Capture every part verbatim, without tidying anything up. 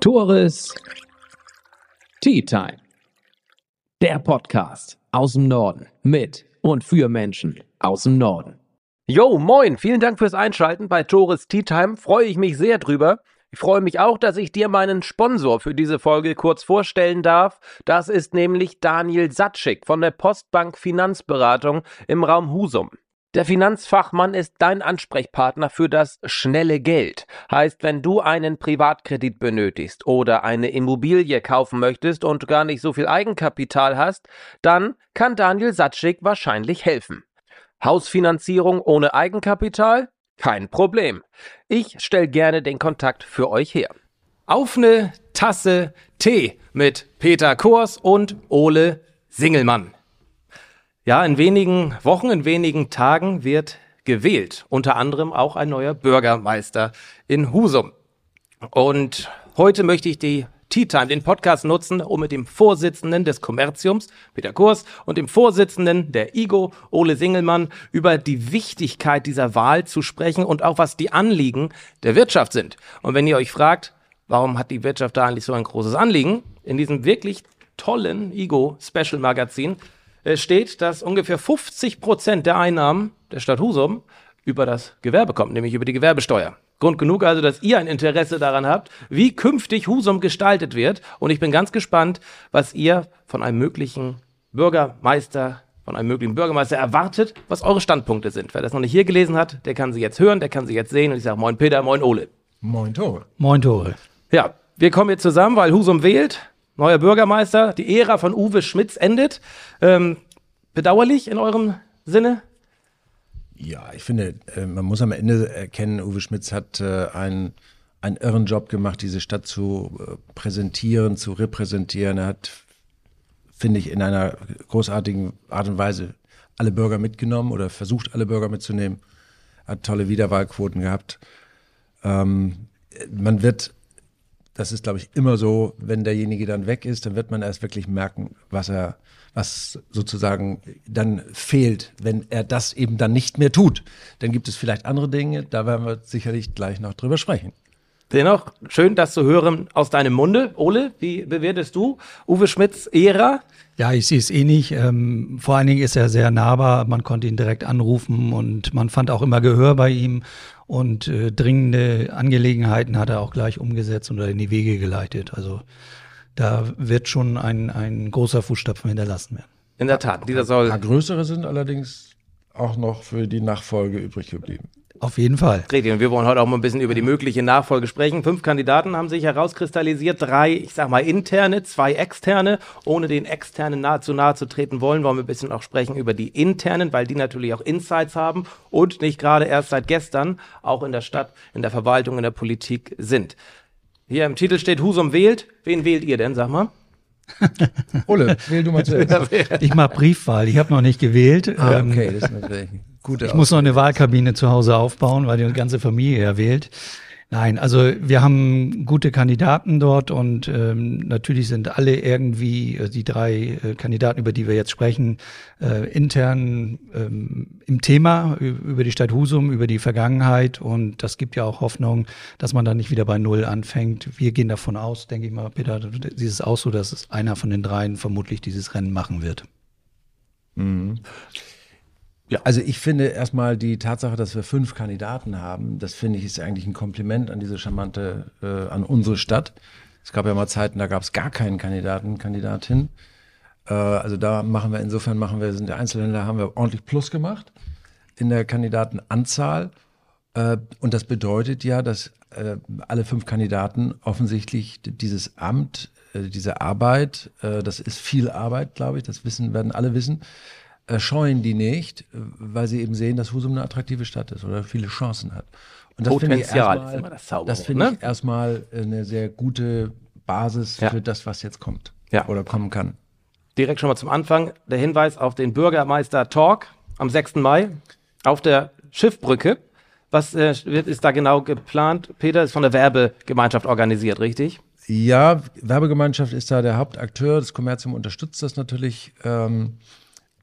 Tores Tea Time. Der Podcast aus dem Norden mit und für Menschen aus dem Norden. Jo, moin, vielen Dank fürs Einschalten bei Tores Tea Time, freue ich mich sehr drüber. Ich freue mich auch, dass ich dir meinen Sponsor für diese Folge kurz vorstellen darf. Das ist nämlich Daniel Satschik von der Postbank Finanzberatung im Raum Husum. Der Finanzfachmann ist dein Ansprechpartner für das schnelle Geld. Heißt, wenn du einen Privatkredit benötigst oder eine Immobilie kaufen möchtest und gar nicht so viel Eigenkapital hast, dann kann Daniel Satschik wahrscheinlich helfen. Hausfinanzierung ohne Eigenkapital? Kein Problem. Ich stelle gerne den Kontakt für euch her. Auf eine Tasse Tee mit Peter Kors und Ole Singelmann. Ja, in wenigen Wochen, in wenigen Tagen wird gewählt. Unter anderem auch ein neuer Bürgermeister in Husum. Und heute möchte ich die Tea Time, den Podcast nutzen, um mit dem Vorsitzenden des Kommerziums, Peter Kors, und dem Vorsitzenden der I G O, Ole Singelmann, über die Wichtigkeit dieser Wahl zu sprechen und auch was die Anliegen der Wirtschaft sind. Und wenn ihr euch fragt, warum hat die Wirtschaft da eigentlich so ein großes Anliegen, in diesem wirklich tollen I G O-Special-Magazin steht, dass ungefähr fünfzig Prozent der Einnahmen der Stadt Husum über das Gewerbe kommt, nämlich über die Gewerbesteuer. Grund genug also, dass ihr ein Interesse daran habt, wie künftig Husum gestaltet wird. Und ich bin ganz gespannt, was ihr von einem möglichen Bürgermeister, von einem möglichen Bürgermeister erwartet, was eure Standpunkte sind. Wer das noch nicht hier gelesen hat, der kann sie jetzt hören, der kann sie jetzt sehen. Und ich sage moin Peter, moin Ole. Moin Tore. Moin Tore. Ja, wir kommen jetzt zusammen, weil Husum wählt. Neuer Bürgermeister, die Ära von Uwe Schmitz endet. Ähm, bedauerlich in eurem Sinne? Ja, ich finde, man muss am Ende erkennen, Uwe Schmitz hat einen, einen irren Job gemacht, diese Stadt zu präsentieren, zu repräsentieren. Er hat, finde ich, in einer großartigen Art und Weise alle Bürger mitgenommen oder versucht, alle Bürger mitzunehmen. Hat tolle Wiederwahlquoten gehabt. Ähm, man wird Das ist, glaube ich, immer so, wenn derjenige dann weg ist, dann wird man erst wirklich merken, was er, was sozusagen dann fehlt, wenn er das eben dann nicht mehr tut. Dann gibt es vielleicht andere Dinge, da werden wir sicherlich gleich noch drüber sprechen. Dennoch, schön, das zu hören aus deinem Munde. Ole, wie bewertest du Uwe Schmitz' Ära? Ja, ich sehe es ähnlich. Ähm, vor allen Dingen ist er sehr nahbar. Man konnte ihn direkt anrufen und man fand auch immer Gehör bei ihm. Und äh, dringende Angelegenheiten hat er auch gleich umgesetzt und in die Wege geleitet. Also da wird schon ein, ein großer Fußstapfen hinterlassen werden. In der Tat, dieser soll... Ein paar größere sind allerdings auch noch für die Nachfolge übrig geblieben. Auf jeden Fall. Richtig, und wir wollen heute auch mal ein bisschen über die mögliche Nachfolge sprechen. Fünf Kandidaten haben sich herauskristallisiert, drei, ich sag mal, interne, zwei externe. Ohne den externen nahe zu nahe zu treten wollen, wollen wir ein bisschen auch sprechen über die internen, weil die natürlich auch Insights haben und nicht gerade erst seit gestern auch in der Stadt, in der Verwaltung, in der Politik sind. Hier im Titel steht Husum wählt. Wen wählt ihr denn, sag mal? Ole, wähl du mal zuerst. Ich mache Briefwahl, ich habe noch nicht gewählt. Ah, okay, das ist natürlich gute Ich muss noch eine Wahlkabine zu Hause aufbauen, weil die ganze Familie ja wählt. Nein, also wir haben gute Kandidaten dort und ähm, natürlich sind alle irgendwie, äh, die drei äh, Kandidaten, über die wir jetzt sprechen, äh, intern ähm, im Thema über die Stadt Husum, über die Vergangenheit, und das gibt ja auch Hoffnung, dass man dann nicht wieder bei Null anfängt. Wir gehen davon aus, denke ich mal, Peter, siehst es auch so, dass es einer von den dreien vermutlich dieses Rennen machen wird. Mhm. Ja. Also ich finde erstmal die Tatsache, dass wir fünf Kandidaten haben, das finde ich ist eigentlich ein Kompliment an diese charmante, äh, an unsere Stadt. Es gab ja mal Zeiten, da gab es gar keinen Kandidaten, Kandidatin. Äh, also da machen wir, insofern machen wir, sind der Einzelhändler, haben wir ordentlich Plus gemacht in der Kandidatenanzahl. Äh, und das bedeutet ja, dass äh, alle fünf Kandidaten offensichtlich dieses Amt, äh, diese Arbeit, äh, das ist viel Arbeit, glaube ich, das wissen, werden alle wissen, scheuen die nicht, weil sie eben sehen, dass Husum eine attraktive Stadt ist oder viele Chancen hat. Und das Potenzial finde ich ist immer das Saubere, das finde ne? ich erstmal eine sehr gute Basis ja. für das, was jetzt kommt ja. oder kommen kann. Direkt schon mal zum Anfang der Hinweis auf den Bürgermeister-Talk am sechsten Mai auf der Schiffbrücke. Was äh, wird, ist da genau geplant? Peter, ist von der Werbegemeinschaft organisiert, richtig? Ja, Werbegemeinschaft ist da der Hauptakteur. Das Kommerzium unterstützt das natürlich. Ähm,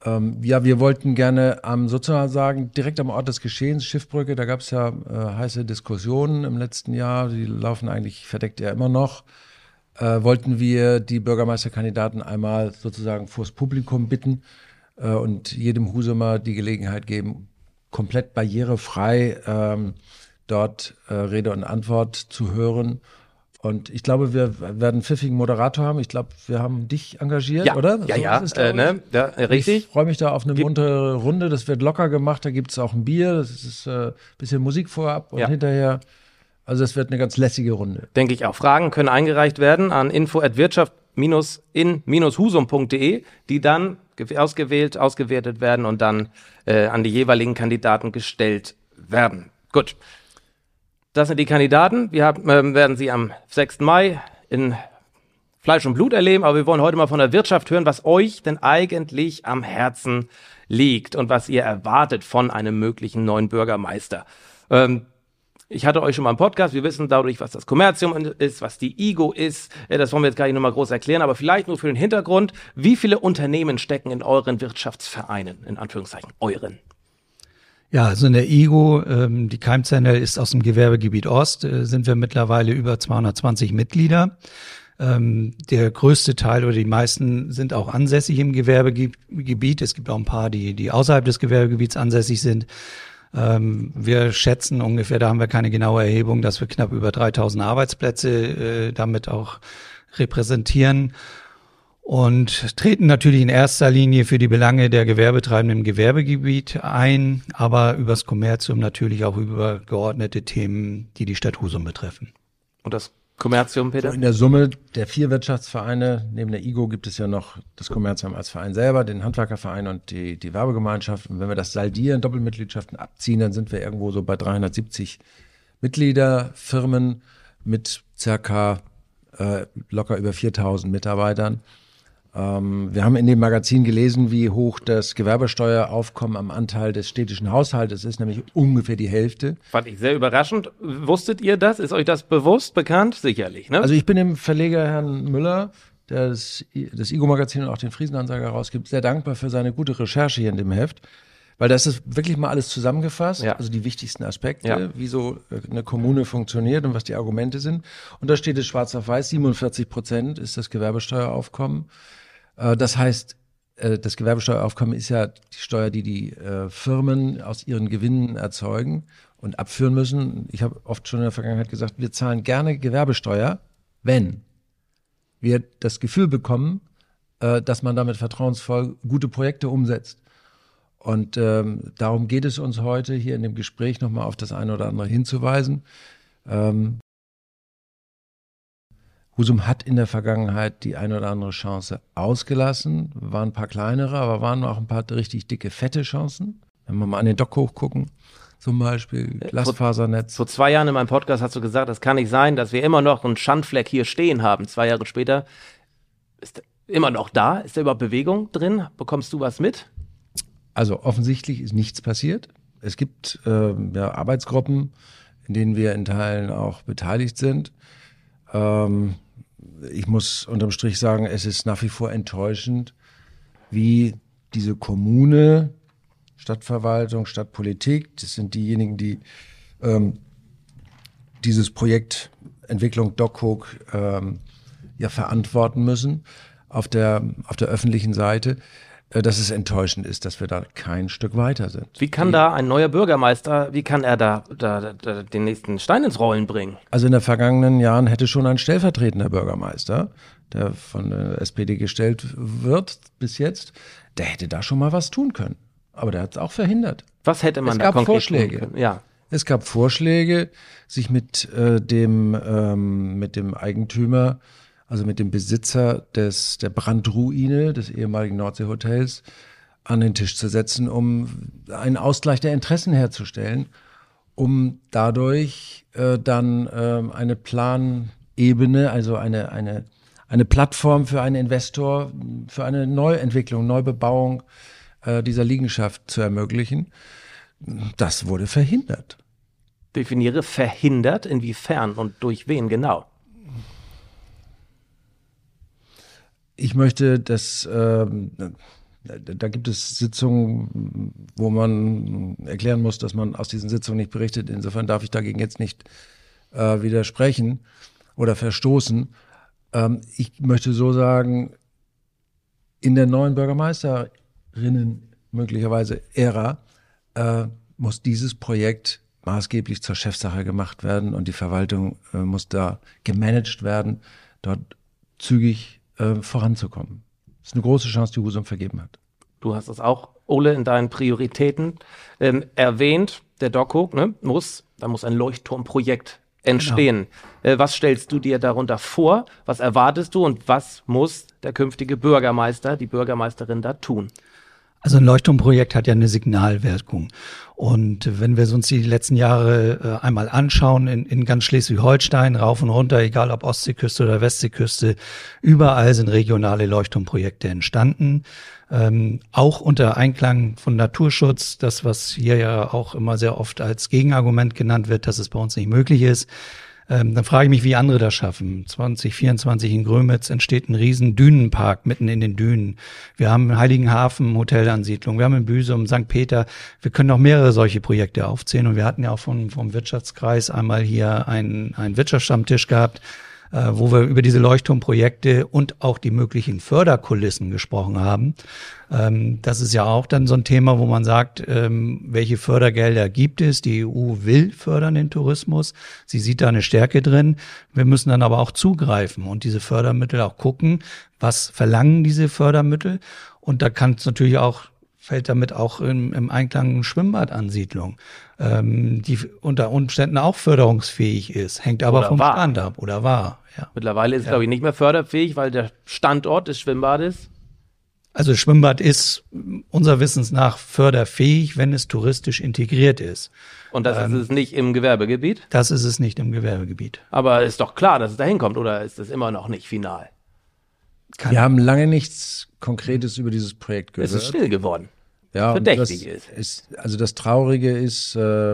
Ähm, ja, wir wollten gerne am sozusagen direkt am Ort des Geschehens, Schiffbrücke, da gab es ja äh, heiße Diskussionen im letzten Jahr, die laufen eigentlich verdeckt ja immer noch, äh, wollten wir die Bürgermeisterkandidaten einmal sozusagen vors Publikum bitten äh, und jedem Husumer die Gelegenheit geben, komplett barrierefrei ähm, dort äh, Rede und Antwort zu hören. Und ich glaube, wir werden einen pfiffigen Moderator haben. Ich glaube, wir haben dich engagiert, ja. oder? Ja, so ja, ist es, äh, ne? ja, richtig. Ich freue mich da auf eine Gib muntere Runde. Das wird locker gemacht. Da gibt es auch ein Bier. Das ist ein äh, bisschen Musik vorab und ja. hinterher. Also es wird eine ganz lässige Runde. Denke ich auch. Fragen können eingereicht werden an info at wirtschaft in husum punkt de, die dann ausgewählt, ausgewertet werden und dann äh, an die jeweiligen Kandidaten gestellt werden. Gut. Das sind die Kandidaten. Wir haben, äh, werden sie am sechsten Mai in Fleisch und Blut erleben, aber wir wollen heute mal von der Wirtschaft hören, was euch denn eigentlich am Herzen liegt und was ihr erwartet von einem möglichen neuen Bürgermeister. Ähm, ich hatte euch schon mal im Podcast, wir wissen dadurch, was das Kommerzium ist, was die I G O ist, das wollen wir jetzt gar nicht nochmal groß erklären, aber vielleicht nur für den Hintergrund, wie viele Unternehmen stecken in euren Wirtschaftsvereinen, in Anführungszeichen, euren? Ja, also in der I G O, ähm, die Keimzelle ist aus dem Gewerbegebiet Ost, äh, sind wir mittlerweile über zweihundertzwanzig Mitglieder. Ähm, der größte Teil oder die meisten sind auch ansässig im Gewerbegebiet. Es gibt auch ein paar, die, die außerhalb des Gewerbegebiets ansässig sind. Ähm, wir schätzen ungefähr, da haben wir keine genaue Erhebung, dass wir knapp über dreitausend Arbeitsplätze äh, damit auch repräsentieren. Und treten natürlich in erster Linie für die Belange der Gewerbetreibenden im Gewerbegebiet ein, aber übers Kommerzium natürlich auch über geordnete Themen, die die Stadt Husum betreffen. Und das Kommerzium, Peter? So in der Summe der vier Wirtschaftsvereine, neben der I G O gibt es ja noch das Kommerzium als Verein selber, den Handwerkerverein und die, die Werbegemeinschaft. Und wenn wir das saldieren, Doppelmitgliedschaften abziehen, dann sind wir irgendwo so bei dreihundertsiebzig Mitglieder, Firmen mit circa äh, locker über viertausend Mitarbeitern. Ähm, wir haben in dem Magazin gelesen, wie hoch das Gewerbesteueraufkommen am Anteil des städtischen Haushaltes ist, nämlich ungefähr die Hälfte. Fand ich sehr überraschend. Wusstet ihr das? Ist euch das bewusst, bekannt? Sicherlich, ne? Also ich bin dem Verleger Herrn Müller, der das, das I G O-Magazin und auch den Friesenanzeiger herausgibt, sehr dankbar für seine gute Recherche hier in dem Heft. Weil das ist wirklich mal alles zusammengefasst, ja. also die wichtigsten Aspekte, ja. wie so eine Kommune funktioniert und was die Argumente sind. Und da steht es schwarz auf weiß, siebenundvierzig Prozent ist das Gewerbesteueraufkommen. Das heißt, das Gewerbesteueraufkommen ist ja die Steuer, die die Firmen aus ihren Gewinnen erzeugen und abführen müssen. Ich habe oft schon in der Vergangenheit gesagt, wir zahlen gerne Gewerbesteuer, wenn wir das Gefühl bekommen, dass man damit vertrauensvoll gute Projekte umsetzt. Und ähm, darum geht es uns heute hier in dem Gespräch nochmal auf das eine oder andere hinzuweisen. Ähm, Husum hat in der Vergangenheit die eine oder andere Chance ausgelassen, waren ein paar kleinere, aber waren auch ein paar richtig dicke, fette Chancen. Wenn wir mal an den Dock hochgucken, zum Beispiel Glasfasernetz. Vor zwei Jahren in meinem Podcast hast du gesagt, das kann nicht sein, dass wir immer noch einen Schandfleck hier stehen haben. Zwei Jahre später ist er immer noch da. Ist da überhaupt Bewegung drin? Bekommst du was mit? Also offensichtlich ist nichts passiert. Es gibt äh, ja, Arbeitsgruppen, in denen wir in Teilen auch beteiligt sind. Ähm, ich muss unterm Strich sagen, es ist nach wie vor enttäuschend, wie diese Kommune, Stadtverwaltung, Stadtpolitik, das sind diejenigen, die ähm, dieses Projekt Entwicklung DocHook ähm, ja verantworten müssen auf der, auf der öffentlichen Seite, dass es enttäuschend ist, dass wir da kein Stück weiter sind. Wie kann da ein neuer Bürgermeister, wie kann er da, da, da den nächsten Stein ins Rollen bringen? Also in den vergangenen Jahren hätte schon ein stellvertretender Bürgermeister, der von der S P D gestellt wird bis jetzt, der hätte da schon mal was tun können. Aber der hat es auch verhindert. Was hätte man es da gab konkret Vorschläge. tun können? Ja. Es gab Vorschläge, sich mit äh, dem ähm, mit dem Eigentümer, also mit dem Besitzer des, der Brandruine des ehemaligen Nordseehotels an den Tisch zu setzen, um einen Ausgleich der Interessen herzustellen, um dadurch äh, dann äh, eine Planebene, also eine, eine, eine Plattform für einen Investor, für eine Neuentwicklung, Neubebauung äh, dieser Liegenschaft zu ermöglichen. Das wurde verhindert. Definiere verhindert, inwiefern und durch wen genau? Ich möchte das, ähm, Da gibt es Sitzungen, wo man erklären muss, dass man aus diesen Sitzungen nicht berichtet. Insofern darf ich dagegen jetzt nicht äh, widersprechen oder verstoßen. Ähm, ich möchte so sagen, in der neuen Bürgermeisterinnen möglicherweise Ära äh, muss dieses Projekt maßgeblich zur Chefsache gemacht werden und die Verwaltung äh, muss da gemanagt werden, dort zügig äh, voranzukommen. Das ist eine große Chance, die Husum vergeben hat. Du hast es auch, Ole, in deinen Prioritäten ähm, erwähnt. Der Doku, ne, muss, da muss ein Leuchtturmprojekt entstehen. Genau. Äh, was stellst du dir darunter vor? Was erwartest du und was muss der künftige Bürgermeister, die Bürgermeisterin da tun? Also ein Leuchtturmprojekt hat ja eine Signalwirkung. Und wenn wir uns die letzten Jahre äh, einmal anschauen, in, in ganz Schleswig-Holstein, rauf und runter, egal ob Ostseeküste oder Westseeküste, überall sind regionale Leuchtturmprojekte entstanden. Ähm, auch unter Einklang von Naturschutz, das, was hier ja auch immer sehr oft als Gegenargument genannt wird, dass es bei uns nicht möglich ist. Ähm, dann frage ich mich, wie andere das schaffen. zwanzig vierundzwanzig in Grömitz entsteht ein riesen Dünenpark mitten in den Dünen. Wir haben in Heiligenhafen Hotelansiedlung, wir haben in Büsum, Sankt Peter. Wir können noch mehrere solche Projekte aufzählen. Und wir hatten ja auch vom, vom Wirtschaftskreis einmal hier einen, einen Wirtschaftsstammtisch gehabt, äh, wo wir über diese Leuchtturmprojekte und auch die möglichen Förderkulissen gesprochen haben. Ähm, das ist ja auch dann so ein Thema, wo man sagt, ähm, welche Fördergelder gibt es? Die E U will fördern den Tourismus. Sie sieht da eine Stärke drin. Wir müssen dann aber auch zugreifen und diese Fördermittel auch gucken, was verlangen diese Fördermittel? Und da kann es natürlich auch, fällt damit auch im, im Einklang Schwimmbadansiedlung, ähm, die unter Umständen auch förderungsfähig ist, hängt aber Oder vom war. Stand ab oder war. Ja. Mittlerweile ist es, Ja. glaube ich, nicht mehr förderfähig, weil der Standort des Schwimmbades. Also Schwimmbad ist unser Wissens nach förderfähig, wenn es touristisch integriert ist. Und das Ähm, ist es nicht im Gewerbegebiet. Das ist es nicht im Gewerbegebiet. Aber ist doch klar, dass es da hinkommt, oder ist es immer noch nicht final? Kann- Wir haben lange nichts Konkretes über dieses Projekt gehört. Es ist still geworden. Ja, und verdächtig das ist. ist. Also das Traurige ist, äh, äh,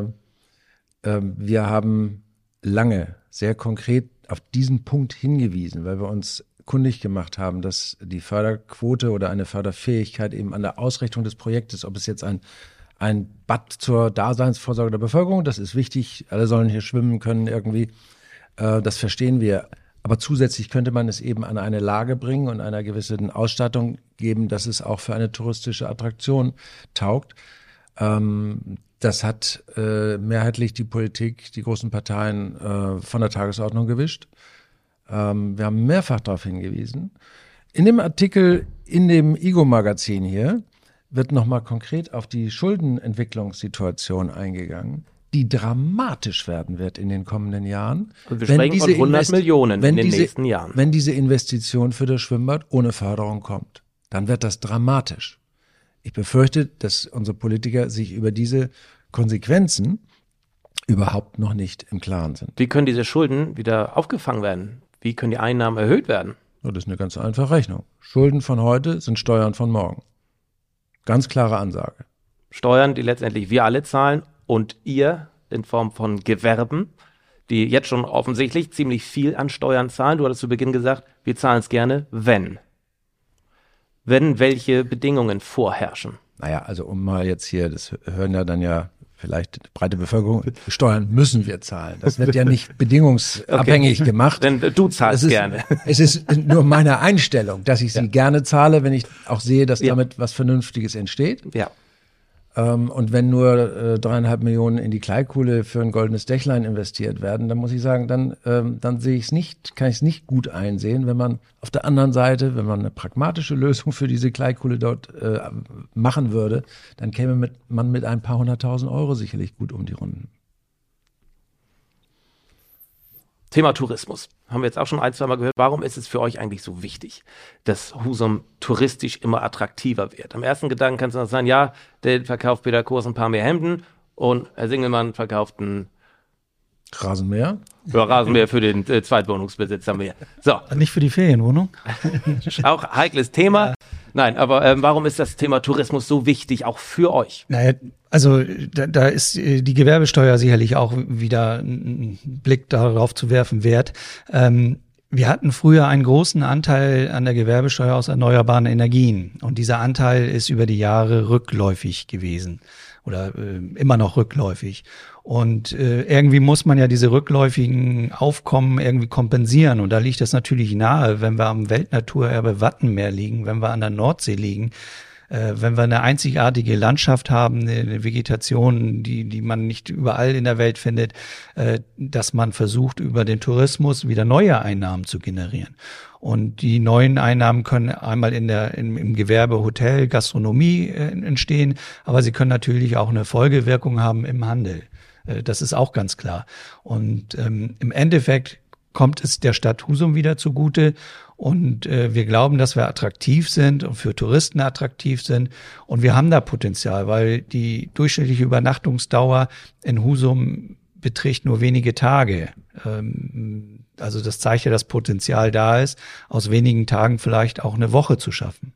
wir haben lange sehr konkret auf diesen Punkt hingewiesen, weil wir uns kundig gemacht haben, dass die Förderquote oder eine Förderfähigkeit eben an der Ausrichtung des Projektes, ob es jetzt ein, ein Bad zur Daseinsvorsorge der Bevölkerung, das ist wichtig, alle sollen hier schwimmen können irgendwie, äh, das verstehen wir. Aber zusätzlich könnte man es eben an eine Lage bringen und einer gewissen Ausstattung geben, dass es auch für eine touristische Attraktion taugt. Ähm, das hat äh, mehrheitlich die Politik, die großen Parteien äh, von der Tagesordnung gewischt. Ähm, wir haben mehrfach darauf hingewiesen. In dem Artikel in dem I G O-Magazin hier wird nochmal konkret auf die Schuldenentwicklungssituation eingegangen, die dramatisch werden wird in den kommenden Jahren. Und wir sprechen von hundert Invest- Millionen wenn in den diese, nächsten Jahren. Wenn diese Investition für das Schwimmbad ohne Förderung kommt, dann wird das dramatisch. Ich befürchte, dass unsere Politiker sich über diese Konsequenzen überhaupt noch nicht im Klaren sind. Wie können diese Schulden wieder aufgefangen werden? Wie können die Einnahmen erhöht werden? Und das ist eine ganz einfache Rechnung. Schulden von heute sind Steuern von morgen. Ganz klare Ansage. Steuern, die letztendlich wir alle zahlen und ihr in Form von Gewerben, die jetzt schon offensichtlich ziemlich viel an Steuern zahlen. Du hattest zu Beginn gesagt, wir zahlen es gerne, wenn. Wenn welche Bedingungen vorherrschen. Naja, also um mal jetzt hier, das hören ja dann ja vielleicht die breite Bevölkerung, Steuern müssen wir zahlen. Das wird ja nicht bedingungsabhängig Okay. gemacht. Denn du zahlst Es ist, gerne. Es ist nur meine Einstellung, dass ich sie Ja. gerne zahle, wenn ich auch sehe, dass Ja. damit was Vernünftiges entsteht. Ja. Ähm, und wenn nur äh, dreieinhalb Millionen in die Kleikuhle für ein goldenes Dächlein investiert werden, dann muss ich sagen, dann, ähm, dann sehe ich es nicht, kann ich es nicht gut einsehen, wenn man auf der anderen Seite, wenn man eine pragmatische Lösung für diese Kleikuhle dort äh, machen würde, dann käme mit, man mit ein paar hunderttausend Euro sicherlich gut um die Runden. Thema Tourismus. Haben wir jetzt auch schon ein, zwei Mal gehört. Warum ist es für euch eigentlich so wichtig, dass Husum touristisch immer attraktiver wird? Am ersten Gedanken kann es noch sein, ja, der verkauft Peter Kurs ein paar mehr Hemden und Herr Singelmann verkauft ein Rasenmäher? ja, Rasenmäher für den äh, Zweitwohnungsbesitzer mehr. So, Nicht für die Ferienwohnung? auch heikles Thema. Nein, aber ähm, warum ist das Thema Tourismus so wichtig, auch für euch? Naja, also da, da ist äh, die Gewerbesteuer sicherlich auch wieder ein Blick darauf zu werfen wert. Ähm, Wir hatten früher einen großen Anteil an der Gewerbesteuer aus erneuerbaren Energien. Und dieser Anteil ist über die Jahre rückläufig gewesen oder äh, immer noch rückläufig. Und äh, irgendwie muss man ja diese rückläufigen Aufkommen irgendwie kompensieren. Und da liegt es natürlich nahe, wenn wir am Weltnaturerbe Wattenmeer liegen, wenn wir an der Nordsee liegen, äh, wenn wir eine einzigartige Landschaft haben, eine, eine Vegetation, die die man nicht überall in der Welt findet, äh, dass man versucht, über den Tourismus wieder neue Einnahmen zu generieren. Und die neuen Einnahmen können einmal in der im, im Gewerbe, Hotel, Gastronomie äh, entstehen, aber sie können natürlich auch eine Folgewirkung haben im Handel. Äh, das ist auch ganz klar. Und ähm, im Endeffekt kommt es der Stadt Husum wieder zugute. Und äh, wir glauben, dass wir attraktiv sind und für Touristen attraktiv sind. Und wir haben da Potenzial, weil die durchschnittliche Übernachtungsdauer in Husum beträgt nur wenige Tage. Ähm, also das zeigt ja, dass Potenzial da ist, aus wenigen Tagen vielleicht auch eine Woche zu schaffen.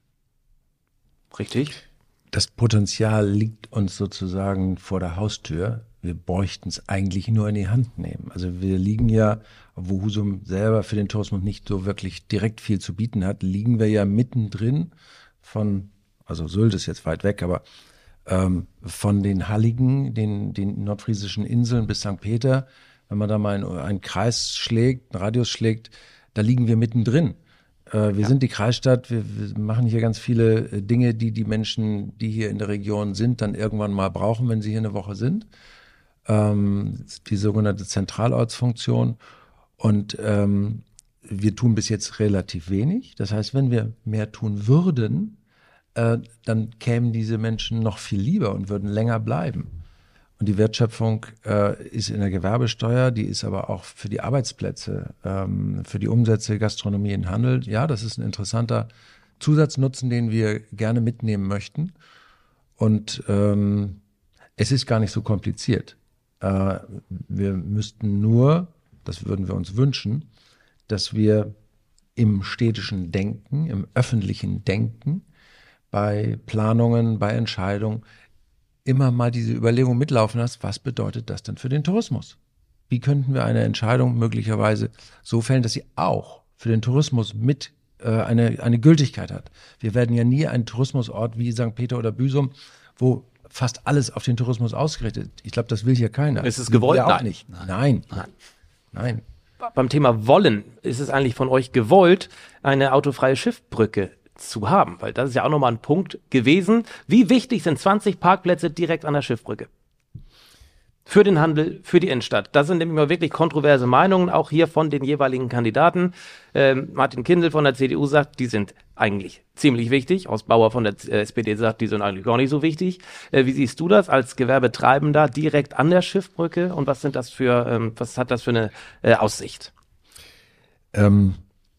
Richtig. Das Potenzial liegt uns sozusagen vor der Haustür. Wir bräuchten es eigentlich nur in die Hand nehmen. Also wir liegen ja, wo Husum selber für den Tourismus nicht so wirklich direkt viel zu bieten hat, liegen wir ja mittendrin von, also Sylt ist jetzt weit weg, aber ähm, von den Halligen, den, den nordfriesischen Inseln bis Sankt Peter, wenn man da mal einen, einen Kreis schlägt, einen Radius schlägt, da liegen wir mittendrin. Äh, wir ja. sind die Kreisstadt, wir, wir machen hier ganz viele äh, Dinge, die die Menschen, die hier in der Region sind, dann irgendwann mal brauchen, wenn sie hier eine Woche sind. Ähm, die sogenannte Zentralortsfunktion. Und ähm, wir tun bis jetzt relativ wenig. Das heißt, wenn wir mehr tun würden, äh, dann kämen diese Menschen noch viel lieber und würden länger bleiben. Und die Wertschöpfung äh, ist in der Gewerbesteuer, die ist aber auch für die Arbeitsplätze, ähm, für die Umsätze Gastronomie und Handel. Ja, das ist ein interessanter Zusatznutzen, den wir gerne mitnehmen möchten. Und ähm, es ist gar nicht so kompliziert. Äh, wir müssten nur, das würden wir uns wünschen, dass wir im städtischen Denken, im öffentlichen Denken, bei Planungen, bei Entscheidungen immer mal diese Überlegung mitlaufen lassen, was bedeutet das denn für den Tourismus? Wie könnten wir eine Entscheidung möglicherweise so fällen, dass sie auch für den Tourismus mit äh, eine, eine Gültigkeit hat? Wir werden ja nie einen Tourismusort wie Sankt Peter oder Büsum, wo fast alles auf den Tourismus ausgerichtet. Ich glaube, das will hier keiner. Ist es gewollt? Auch Nein. nicht. Nein. Nein. Nein. Beim Thema Wollen, ist es eigentlich von euch gewollt, eine autofreie Schiffbrücke zu haben? Weil das ist ja auch nochmal ein Punkt gewesen. Wie wichtig sind zwanzig Parkplätze direkt an der Schiffbrücke? Für den Handel, für die Innenstadt. Das sind nämlich mal wirklich kontroverse Meinungen, auch hier von den jeweiligen Kandidaten. Ähm, Martin Kindl von der C D U sagt, die sind eigentlich ziemlich wichtig. Horst Bauer von der S P D sagt, die sind eigentlich gar nicht so wichtig. Äh, wie siehst du das als Gewerbetreibender direkt an der Schiffbrücke? Und was sind das für, ähm, was hat das für eine äh, Aussicht? Ähm,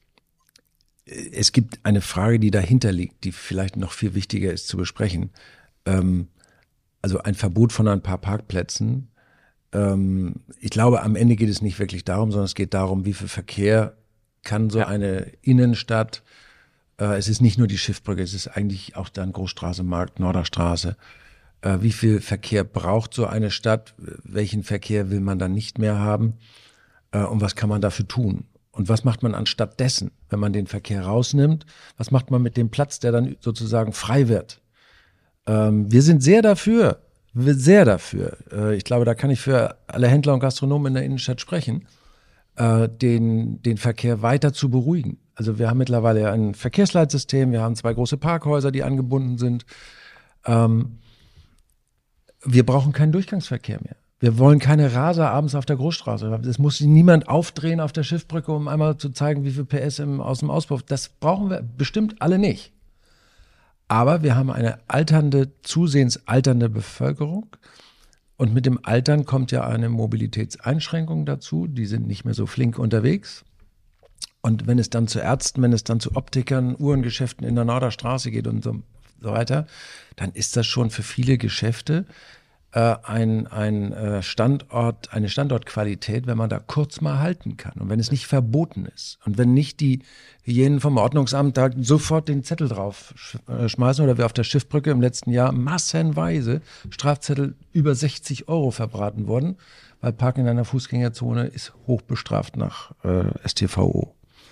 es gibt eine Frage, die dahinter liegt, die vielleicht noch viel wichtiger ist zu besprechen. Ähm, also ein Verbot von ein paar Parkplätzen. Ähm, ich glaube, am Ende geht es nicht wirklich darum, sondern es geht darum, wie viel Verkehr kann so ja. eine Innenstadt, äh, es ist nicht nur die Schiffbrücke, es ist eigentlich auch dann Großstraße, Markt, Norderstraße. Äh, wie viel Verkehr braucht so eine Stadt? Welchen Verkehr will man dann nicht mehr haben? Äh, und was kann man dafür tun? Und was macht man anstatt dessen, wenn man den Verkehr rausnimmt? Was macht man mit dem Platz, der dann sozusagen frei wird? Ähm, wir sind sehr dafür, sehr dafür. Äh, ich glaube, da kann ich für alle Händler und Gastronomen in der Innenstadt sprechen, äh, den, den Verkehr weiter zu beruhigen. Also wir haben mittlerweile ein Verkehrsleitsystem, wir haben zwei große Parkhäuser, die angebunden sind. Ähm, wir brauchen keinen Durchgangsverkehr mehr. Wir wollen keine Raser abends auf der Großstraße. Es muss niemand aufdrehen auf der Schiffbrücke, um einmal zu zeigen, wie viel P S im, aus dem Auspuff. Das brauchen wir bestimmt alle nicht. Aber wir haben eine alternde, zusehends alternde Bevölkerung. Und mit dem Altern kommt ja eine Mobilitätseinschränkung dazu. Die sind nicht mehr so flink unterwegs. Und wenn es dann zu Ärzten, wenn es dann zu Optikern, Uhrengeschäften in der Norderstraße geht und so weiter, dann ist das schon für viele Geschäfte äh, ein, ein äh, Standort, eine Standortqualität, wenn man da kurz mal halten kann und wenn es nicht verboten ist und wenn nicht die jenen vom Ordnungsamt da sofort den Zettel drauf sch- äh, schmeißen oder wie auf der Schiffbrücke im letzten Jahr massenweise Strafzettel über sechzig Euro verbraten wurden, weil Parken in einer Fußgängerzone ist hoch bestraft nach äh, S t V O.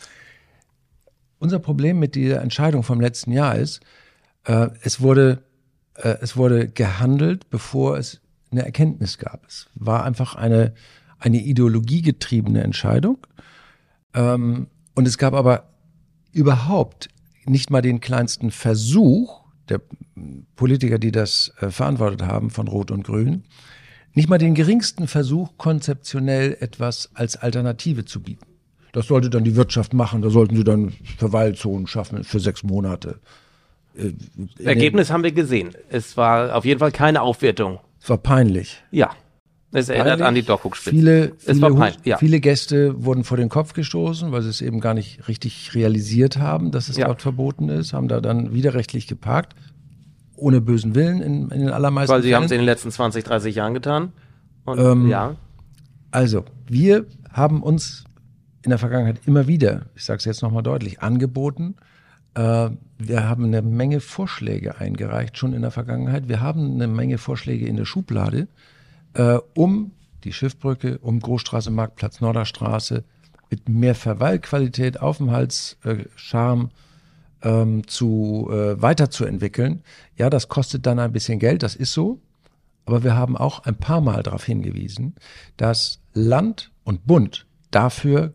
unser Problem mit dieser Entscheidung vom letzten Jahr ist, äh, es wurde, äh, es wurde gehandelt, bevor es eine Erkenntnis gab. Es war einfach eine, eine ideologiegetriebene Entscheidung. Ähm, und es gab aber überhaupt nicht mal den kleinsten Versuch der Politiker, die das äh, verantwortet haben, von Rot und Grün, nicht mal den geringsten Versuch, konzeptionell etwas als Alternative zu bieten. Das sollte dann die Wirtschaft machen, da sollten sie dann Verweilzonen schaffen für sechs Monate. Äh, Ergebnis haben wir gesehen. Es war auf jeden Fall keine Aufwertung. Es war peinlich. Ja, es erinnert Peinlich. an die Doppelspitze. Viele, es viele, war pein, ja. viele Gäste wurden vor den Kopf gestoßen, weil sie es eben gar nicht richtig realisiert haben, dass es Ja. dort verboten ist, haben da dann widerrechtlich geparkt, ohne bösen Willen in, in den allermeisten Weil sie haben es in Fällen. den letzten zwanzig, dreißig Jahren getan. Und Ähm, ja, Also, wir haben uns in der Vergangenheit immer wieder, ich sage es jetzt nochmal deutlich, angeboten. Äh, wir haben eine Menge Vorschläge eingereicht, schon in der Vergangenheit. Wir haben eine Menge Vorschläge in der Schublade, äh, um die Schiffbrücke, um Großstraße, Marktplatz, Norderstraße mit mehr Verweilqualität, Aufenthaltscharme ähm, zu äh, weiterzuentwickeln. Ja, das kostet dann ein bisschen Geld, das ist so. Aber wir haben auch ein paar Mal darauf hingewiesen, dass Land und Bund dafür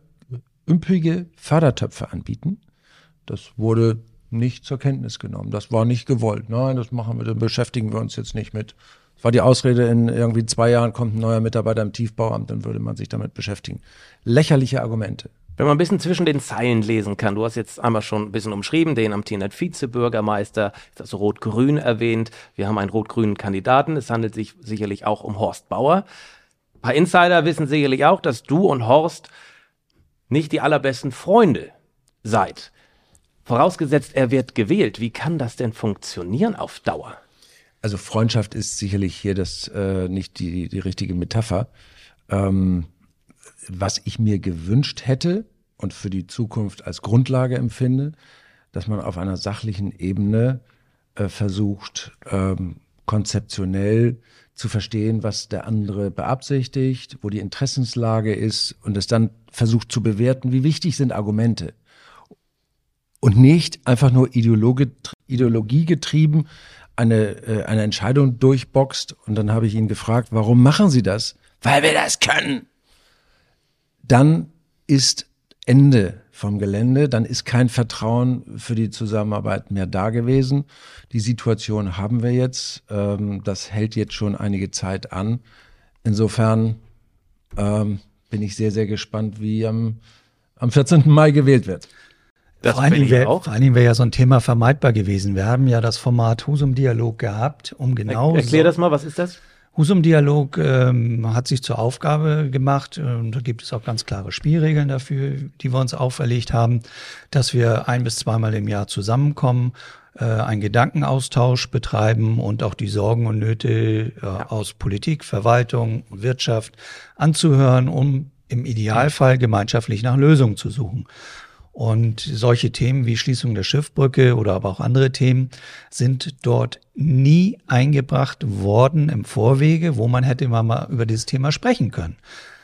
üppige Fördertöpfe anbieten. Das wurde nicht zur Kenntnis genommen. Das war nicht gewollt. Nein, das machen wir, dann beschäftigen wir uns jetzt nicht mit. Das war die Ausrede, in irgendwie zwei Jahren kommt ein neuer Mitarbeiter im Tiefbauamt, dann würde man sich damit beschäftigen. Lächerliche Argumente. wenn man ein bisschen zwischen den Zeilen lesen kann, du hast jetzt einmal schon ein bisschen umschrieben, den amtierenden Vizebürgermeister, das Rot-Grün erwähnt, wir haben einen rot-grünen Kandidaten, es handelt sich sicherlich auch um Horst Bauer. Ein paar Insider wissen sicherlich auch, dass du und Horst nicht die allerbesten Freunde seid. Vorausgesetzt, er wird gewählt, wie kann das denn funktionieren auf Dauer? Also Freundschaft ist sicherlich hier das äh, nicht die, die richtige Metapher. Ähm, was ich mir gewünscht hätte und für die Zukunft als Grundlage empfinde, dass man auf einer sachlichen Ebene äh, versucht, ähm, konzeptionell zu verstehen, was der andere beabsichtigt, wo die Interessenslage ist und es dann versucht zu bewerten, wie wichtig sind Argumente. Und nicht einfach nur Ideologie, ideologiegetrieben eine, äh, eine Entscheidung durchboxt. Und dann habe ich ihn gefragt, warum machen Sie das? Weil wir das können. Dann ist Ende vom Gelände, dann ist kein Vertrauen für die Zusammenarbeit mehr da gewesen. Die Situation haben wir jetzt. Ähm, das hält jetzt schon einige Zeit an. Insofern ähm, bin ich sehr, sehr gespannt, wie am, am vierzehnten Mai gewählt wird. Das vor allen bin ich Dingen auch. Vor allen Dingen wäre ja so ein Thema vermeidbar gewesen. Wir haben ja das Format Husum-Dialog gehabt, um genau. Er, erklär das mal, was ist das? Husum-Dialog ähm, hat sich zur Aufgabe gemacht, und da gibt es auch ganz klare Spielregeln dafür, die wir uns auferlegt haben, dass wir ein- bis zweimal im Jahr zusammenkommen, äh, einen Gedankenaustausch betreiben und auch die Sorgen und Nöte äh, ja. aus Politik, Verwaltung und Wirtschaft anzuhören, um im Idealfall gemeinschaftlich nach Lösungen zu suchen. Und solche Themen wie Schließung der Schiffbrücke oder aber auch andere Themen sind dort nie eingebracht worden im Vorwege, wo man hätte mal über dieses Thema sprechen können.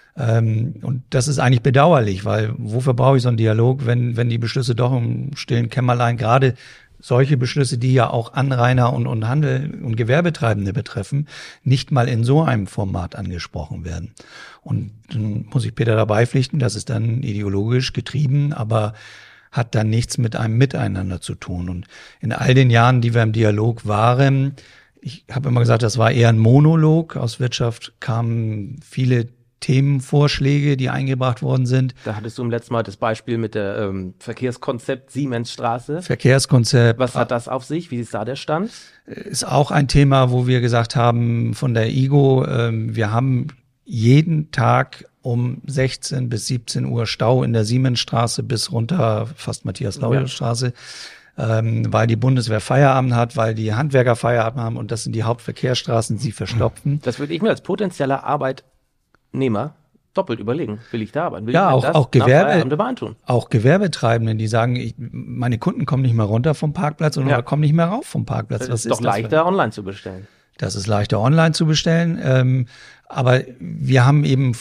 Ähm, und das ist eigentlich bedauerlich, weil wofür brauche ich so einen Dialog, wenn, wenn die Beschlüsse doch im stillen Kämmerlein, gerade solche Beschlüsse, die ja auch Anrainer und, und Handel und Gewerbetreibende betreffen, nicht mal in so einem Format angesprochen werden. Und dann muss ich Peter dabei pflichten, das ist dann ideologisch getrieben, aber hat dann nichts mit einem Miteinander zu tun. Und in all den Jahren, die wir im Dialog waren, ich habe immer gesagt, das war eher ein Monolog. Aus Wirtschaft kamen viele Themenvorschläge, die eingebracht worden sind. Da hattest du im letzten Mal das Beispiel mit der ähm, Verkehrskonzept Siemensstraße. Verkehrskonzept. Was hat das auf sich? Wie ist da der Stand? Ist auch ein Thema, wo wir gesagt haben von der I G O, ähm, wir haben jeden Tag um sechzehn bis siebzehn Uhr Stau in der Siemensstraße bis runter fast Matthias-Laurel-Straße, ja. ähm, weil die Bundeswehr Feierabend hat, weil die Handwerker Feierabend haben und das sind die Hauptverkehrsstraßen, sie verstopfen. Das würde ich mir als potenzieller Arbeitnehmer doppelt überlegen. Will ich da arbeiten? Will ja, ich auch, das auch, Gewerbe, beantun? auch Gewerbetreibenden, die sagen, ich, meine Kunden kommen nicht mehr runter vom Parkplatz oder ja. kommen nicht mehr rauf vom Parkplatz. Das Was ist doch ist das leichter für? online zu bestellen. Das ist leichter online zu bestellen. Ähm, aber wir haben eben vor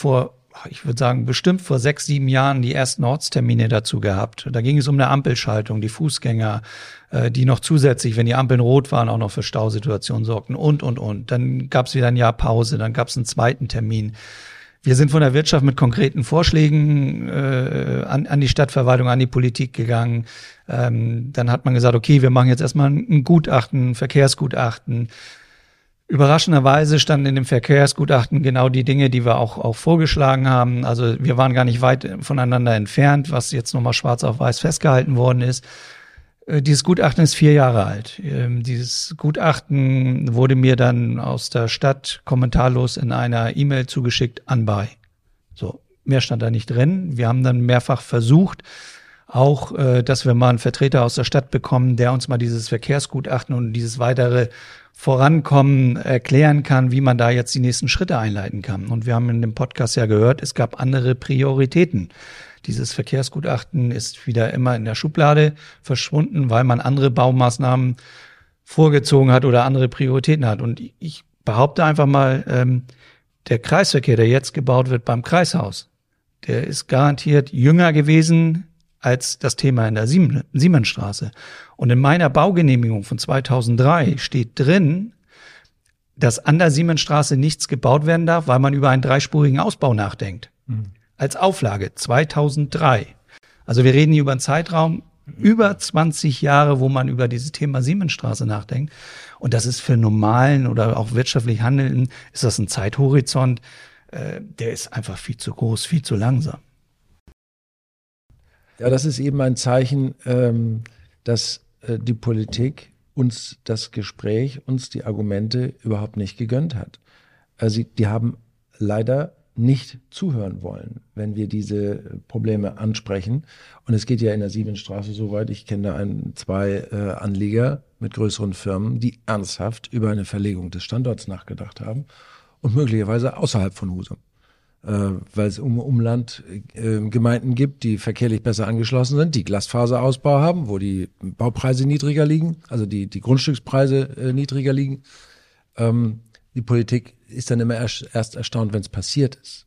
ich würde sagen, bestimmt vor sechs, sieben Jahren die ersten Ortstermine dazu gehabt. Da ging es um eine Ampelschaltung, die Fußgänger, äh, die noch zusätzlich, wenn die Ampeln rot waren, auch noch für Stausituationen sorgten und, und, und. Dann gab es wieder ein Jahr Pause, dann gab es einen zweiten Termin. Wir sind von der Wirtschaft mit konkreten Vorschlägen äh, an, an die Stadtverwaltung, an die Politik gegangen. Ähm, dann hat man gesagt, okay, wir machen jetzt erstmal ein Gutachten, ein Verkehrsgutachten. Überraschenderweise standen in dem Verkehrsgutachten genau die Dinge, die wir auch, auch vorgeschlagen haben. Also wir waren gar nicht weit voneinander entfernt, was jetzt nochmal schwarz auf weiß festgehalten worden ist. Äh, dieses Gutachten ist vier Jahre alt. Ähm, dieses Gutachten wurde mir dann aus der Stadt kommentarlos in einer E-Mail zugeschickt, anbei. So, mehr stand da nicht drin. Wir haben dann mehrfach versucht, auch, äh, dass wir mal einen Vertreter aus der Stadt bekommen, der uns mal dieses Verkehrsgutachten und dieses weitere Vorankommen erklären kann, wie man da jetzt die nächsten Schritte einleiten kann. Und wir haben in dem Podcast ja gehört, es gab andere Prioritäten. Dieses Verkehrsgutachten ist wieder immer in der Schublade verschwunden, weil man andere Baumaßnahmen vorgezogen hat oder andere Prioritäten hat. Und ich behaupte einfach mal, ähm, der Kreisverkehr, der jetzt gebaut wird beim Kreishaus, der ist garantiert jünger gewesen als das Thema in der Siemen- Siemensstraße. Und in meiner Baugenehmigung von zweitausenddrei steht drin, dass an der Siemensstraße nichts gebaut werden darf, weil man über einen dreispurigen Ausbau nachdenkt. Mhm. Als Auflage zweitausenddrei. Also wir reden hier über einen Zeitraum über zwanzig Jahre, wo man über dieses Thema Siemensstraße nachdenkt. Und das ist für normalen oder auch wirtschaftlich Handelnden, ist das ein Zeithorizont, äh, der ist einfach viel zu groß, viel zu langsam. Ja, das ist eben ein Zeichen, ähm, dass äh, die Politik uns das Gespräch, uns die Argumente überhaupt nicht gegönnt hat. Also die haben leider nicht zuhören wollen, wenn wir diese Probleme ansprechen. Und es geht ja in der Siemensstraße so weit, ich kenne da ein, zwei äh, Anlieger mit größeren Firmen, die ernsthaft über eine Verlegung des Standorts nachgedacht haben und möglicherweise außerhalb von Husum. Äh, weil es um Umland äh, Gemeinden gibt, die verkehrlich besser angeschlossen sind, die Glasfaserausbau haben, wo die Baupreise niedriger liegen, also die, die Grundstückspreise äh, niedriger liegen. Ähm, die Politik ist dann immer erst, erst erstaunt, wenn es passiert ist.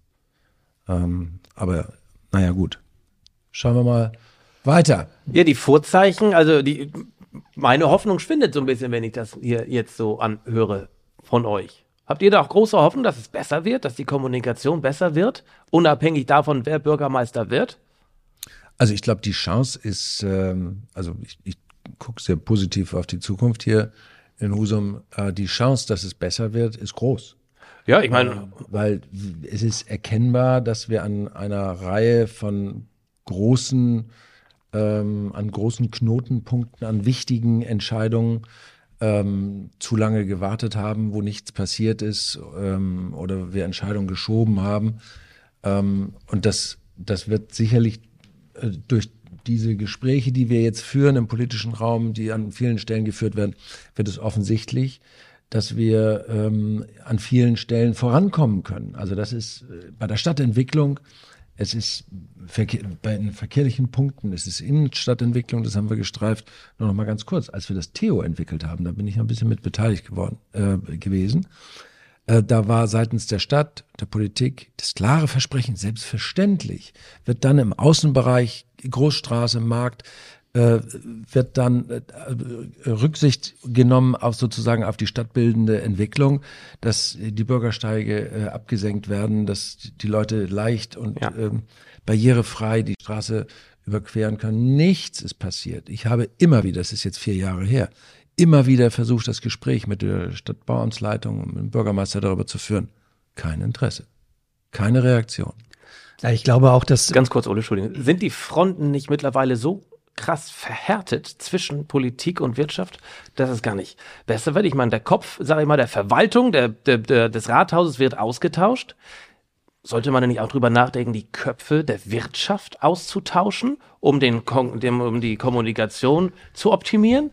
Ähm, aber naja, gut. Schauen wir mal weiter. Ja, die Vorzeichen, also die, meine Hoffnung schwindet so ein bisschen, wenn ich das hier jetzt so anhöre von euch. Habt ihr da auch große Hoffnung, dass es besser wird, dass die Kommunikation besser wird, unabhängig davon, wer Bürgermeister wird? Also ich glaube, die Chance ist, ähm, also ich, ich gucke sehr positiv auf die Zukunft hier in Husum. Äh, die Chance, dass es besser wird, ist groß. Ja, ich meine, äh, weil es ist erkennbar, dass wir an einer Reihe von großen, ähm, an großen Knotenpunkten, an wichtigen Entscheidungen Ähm, zu lange gewartet haben, wo nichts passiert ist ähm, oder wir Entscheidungen geschoben haben. Ähm, und das, das wird sicherlich äh, durch diese Gespräche, die wir jetzt führen im politischen Raum, die an vielen Stellen geführt werden, wird es offensichtlich, dass wir ähm, an vielen Stellen vorankommen können. Also das ist äh, bei der Stadtentwicklung, es ist Verkehr, bei den verkehrlichen Punkten, es ist Innenstadtentwicklung, das haben wir gestreift. Nur noch mal ganz kurz, als wir das Theo entwickelt haben, da bin ich ein bisschen mit beteiligt geworden, äh, gewesen. Äh, da war seitens der Stadt, der Politik das klare Versprechen, selbstverständlich wird dann im Außenbereich, Großstraße, Markt, äh, wird dann äh, Rücksicht genommen auf sozusagen auf die stadtbildende Entwicklung, dass die Bürgersteige äh, abgesenkt werden, dass die Leute leicht und ja. ähm, barrierefrei die Straße überqueren können. Nichts ist passiert. Ich habe immer wieder, das ist jetzt vier Jahre her, immer wieder versucht, das Gespräch mit der Stadtbauamtsleitung und mit dem Bürgermeister darüber zu führen. Kein Interesse. Keine Reaktion. Ja, ich glaube auch, dass... Ganz kurz, Ole, Entschuldigung. Sind die Fronten nicht mittlerweile so krass verhärtet zwischen Politik und Wirtschaft, dass es gar nicht besser wird? Ich meine, der Kopf, sage ich mal, der Verwaltung, der, der, der, des Rathauses wird ausgetauscht. Sollte man denn nicht auch drüber nachdenken, die Köpfe der Wirtschaft auszutauschen, um, den, um die Kommunikation zu optimieren?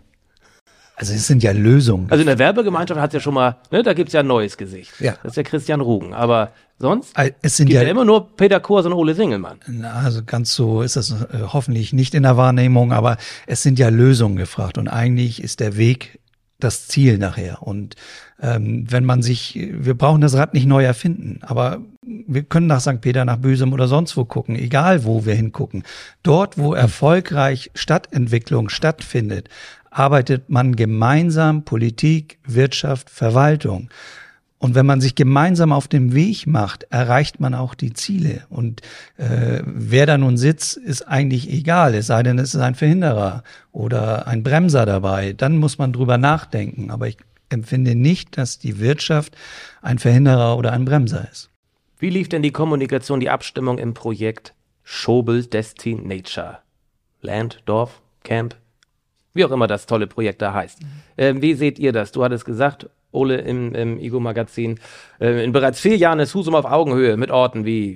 Also es sind ja Lösungen. Also in der Werbegemeinschaft hat es ja schon mal, ne, da gibt es ja ein neues Gesicht. Ja. Das ist ja Christian Rugen. Aber sonst es sind gibt ja, ja immer nur Peter Kurs und Ole Singelmann. Na, also ganz so ist das äh, hoffentlich nicht in der Wahrnehmung, aber es sind ja Lösungen gefragt. Und eigentlich ist der Weg das Ziel nachher. Und ähm, wenn man sich, wir brauchen das Rad nicht neu erfinden, aber wir können nach Sankt Peter, nach Büsum oder sonst wo gucken, egal wo wir hingucken. Dort, wo erfolgreich Stadtentwicklung stattfindet, arbeitet man gemeinsam Politik, Wirtschaft, Verwaltung. Und wenn man sich gemeinsam auf den Weg macht, erreicht man auch die Ziele. Und äh, wer da nun sitzt, ist eigentlich egal, es sei denn, es ist ein Verhinderer oder ein Bremser dabei. Dann muss man drüber nachdenken. Aber ich empfinde nicht, dass die Wirtschaft ein Verhinderer oder ein Bremser ist. Wie lief denn die Kommunikation, die Abstimmung im Projekt Schobel Destinature? Land, Dorf, Camp, wie auch immer das tolle Projekt da heißt. Ähm, wie seht ihr das? Du hattest gesagt, Ole im, im I G O-Magazin, äh, in bereits vier Jahren ist Husum auf Augenhöhe mit Orten wie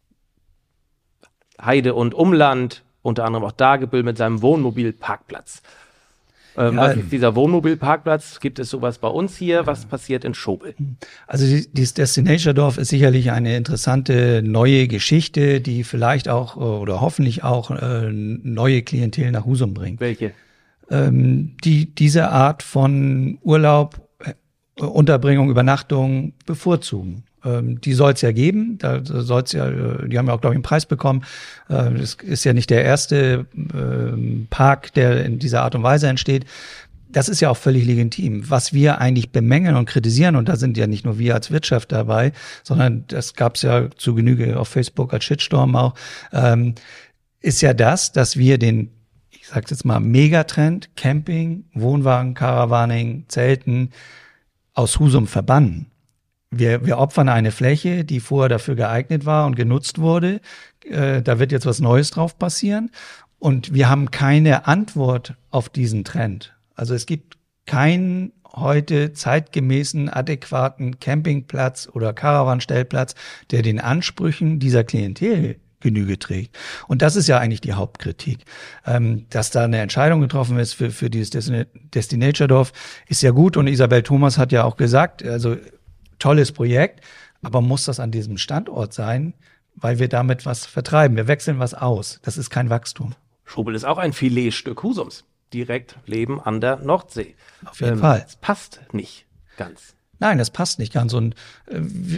Heide und Umland, unter anderem auch Dagebüll mit seinem Wohnmobilparkplatz. Ähm, Ja, was ist dieser Wohnmobilparkplatz? Gibt es sowas bei uns hier? Was passiert in Schobel? Also die- dieses Destination-Dorf ist sicherlich eine interessante neue Geschichte, die vielleicht auch äh, oder hoffentlich auch äh, neue Klientel nach Husum bringt. Welche? Ähm, die diese Art von Urlaub, äh, Unterbringung, Übernachtung bevorzugen. Ähm, die soll es ja geben. Da soll's ja, äh, die haben ja auch, glaube ich, einen Preis bekommen. Äh, das ist ja nicht der erste ähm, Park, der in dieser Art und Weise entsteht. Das ist ja auch völlig legitim. Was wir eigentlich bemängeln und kritisieren, und da sind ja nicht nur wir als Wirtschaft dabei, sondern das gab es ja zu Genüge auf Facebook als Shitstorm auch, ähm, ist ja das, dass wir den, ich sage jetzt mal, Megatrend Camping, Wohnwagen, Caravaning, Zelten aus Husum verbannen. Wir, wir opfern eine Fläche, die vorher dafür geeignet war und genutzt wurde. Äh, da wird jetzt was Neues drauf passieren. Und wir haben keine Antwort auf diesen Trend. Also es gibt keinen heute zeitgemäßen, adäquaten Campingplatz oder Caravanstellplatz, der den Ansprüchen dieser Klientel Genüge trägt. Und das ist ja eigentlich die Hauptkritik. Ähm, dass da eine Entscheidung getroffen ist für, für dieses Destin- Destination-Dorf, ist ja gut. Und Isabel Thomas hat ja auch gesagt, also tolles Projekt, aber muss das an diesem Standort sein, weil wir damit was vertreiben. Wir wechseln was aus. Das ist kein Wachstum. Schobel ist auch ein Filetstück Husums. Direkt Leben an der Nordsee. Auf jeden Fall. Es passt nicht ganz. Nein, das passt nicht ganz. Und äh, wir-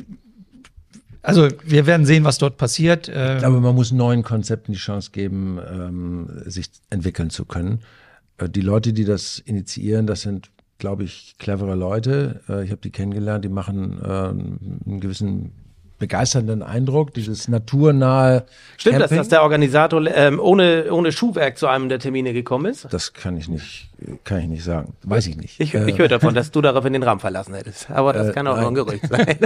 also wir werden sehen, was dort passiert. Äh, Ich glaube, man muss neuen Konzepten die Chance geben, ähm, sich entwickeln zu können. Äh, die Leute, die das initiieren, das sind, glaube ich, clevere Leute. Äh, ich habe die kennengelernt, die machen äh, einen gewissen begeisternden Eindruck, dieses naturnahe Stimmt das, Camping. dass der Organisator ähm, ohne, ohne Schuhwerk zu einem der Termine gekommen ist? Das kann ich nicht, kann ich nicht sagen. Weiß ich nicht. Ich, Äh, ich höre davon, dass du daraufhin den Rahmen verlassen hättest. Aber das Äh, kann auch nur ein nein. Gerücht sein.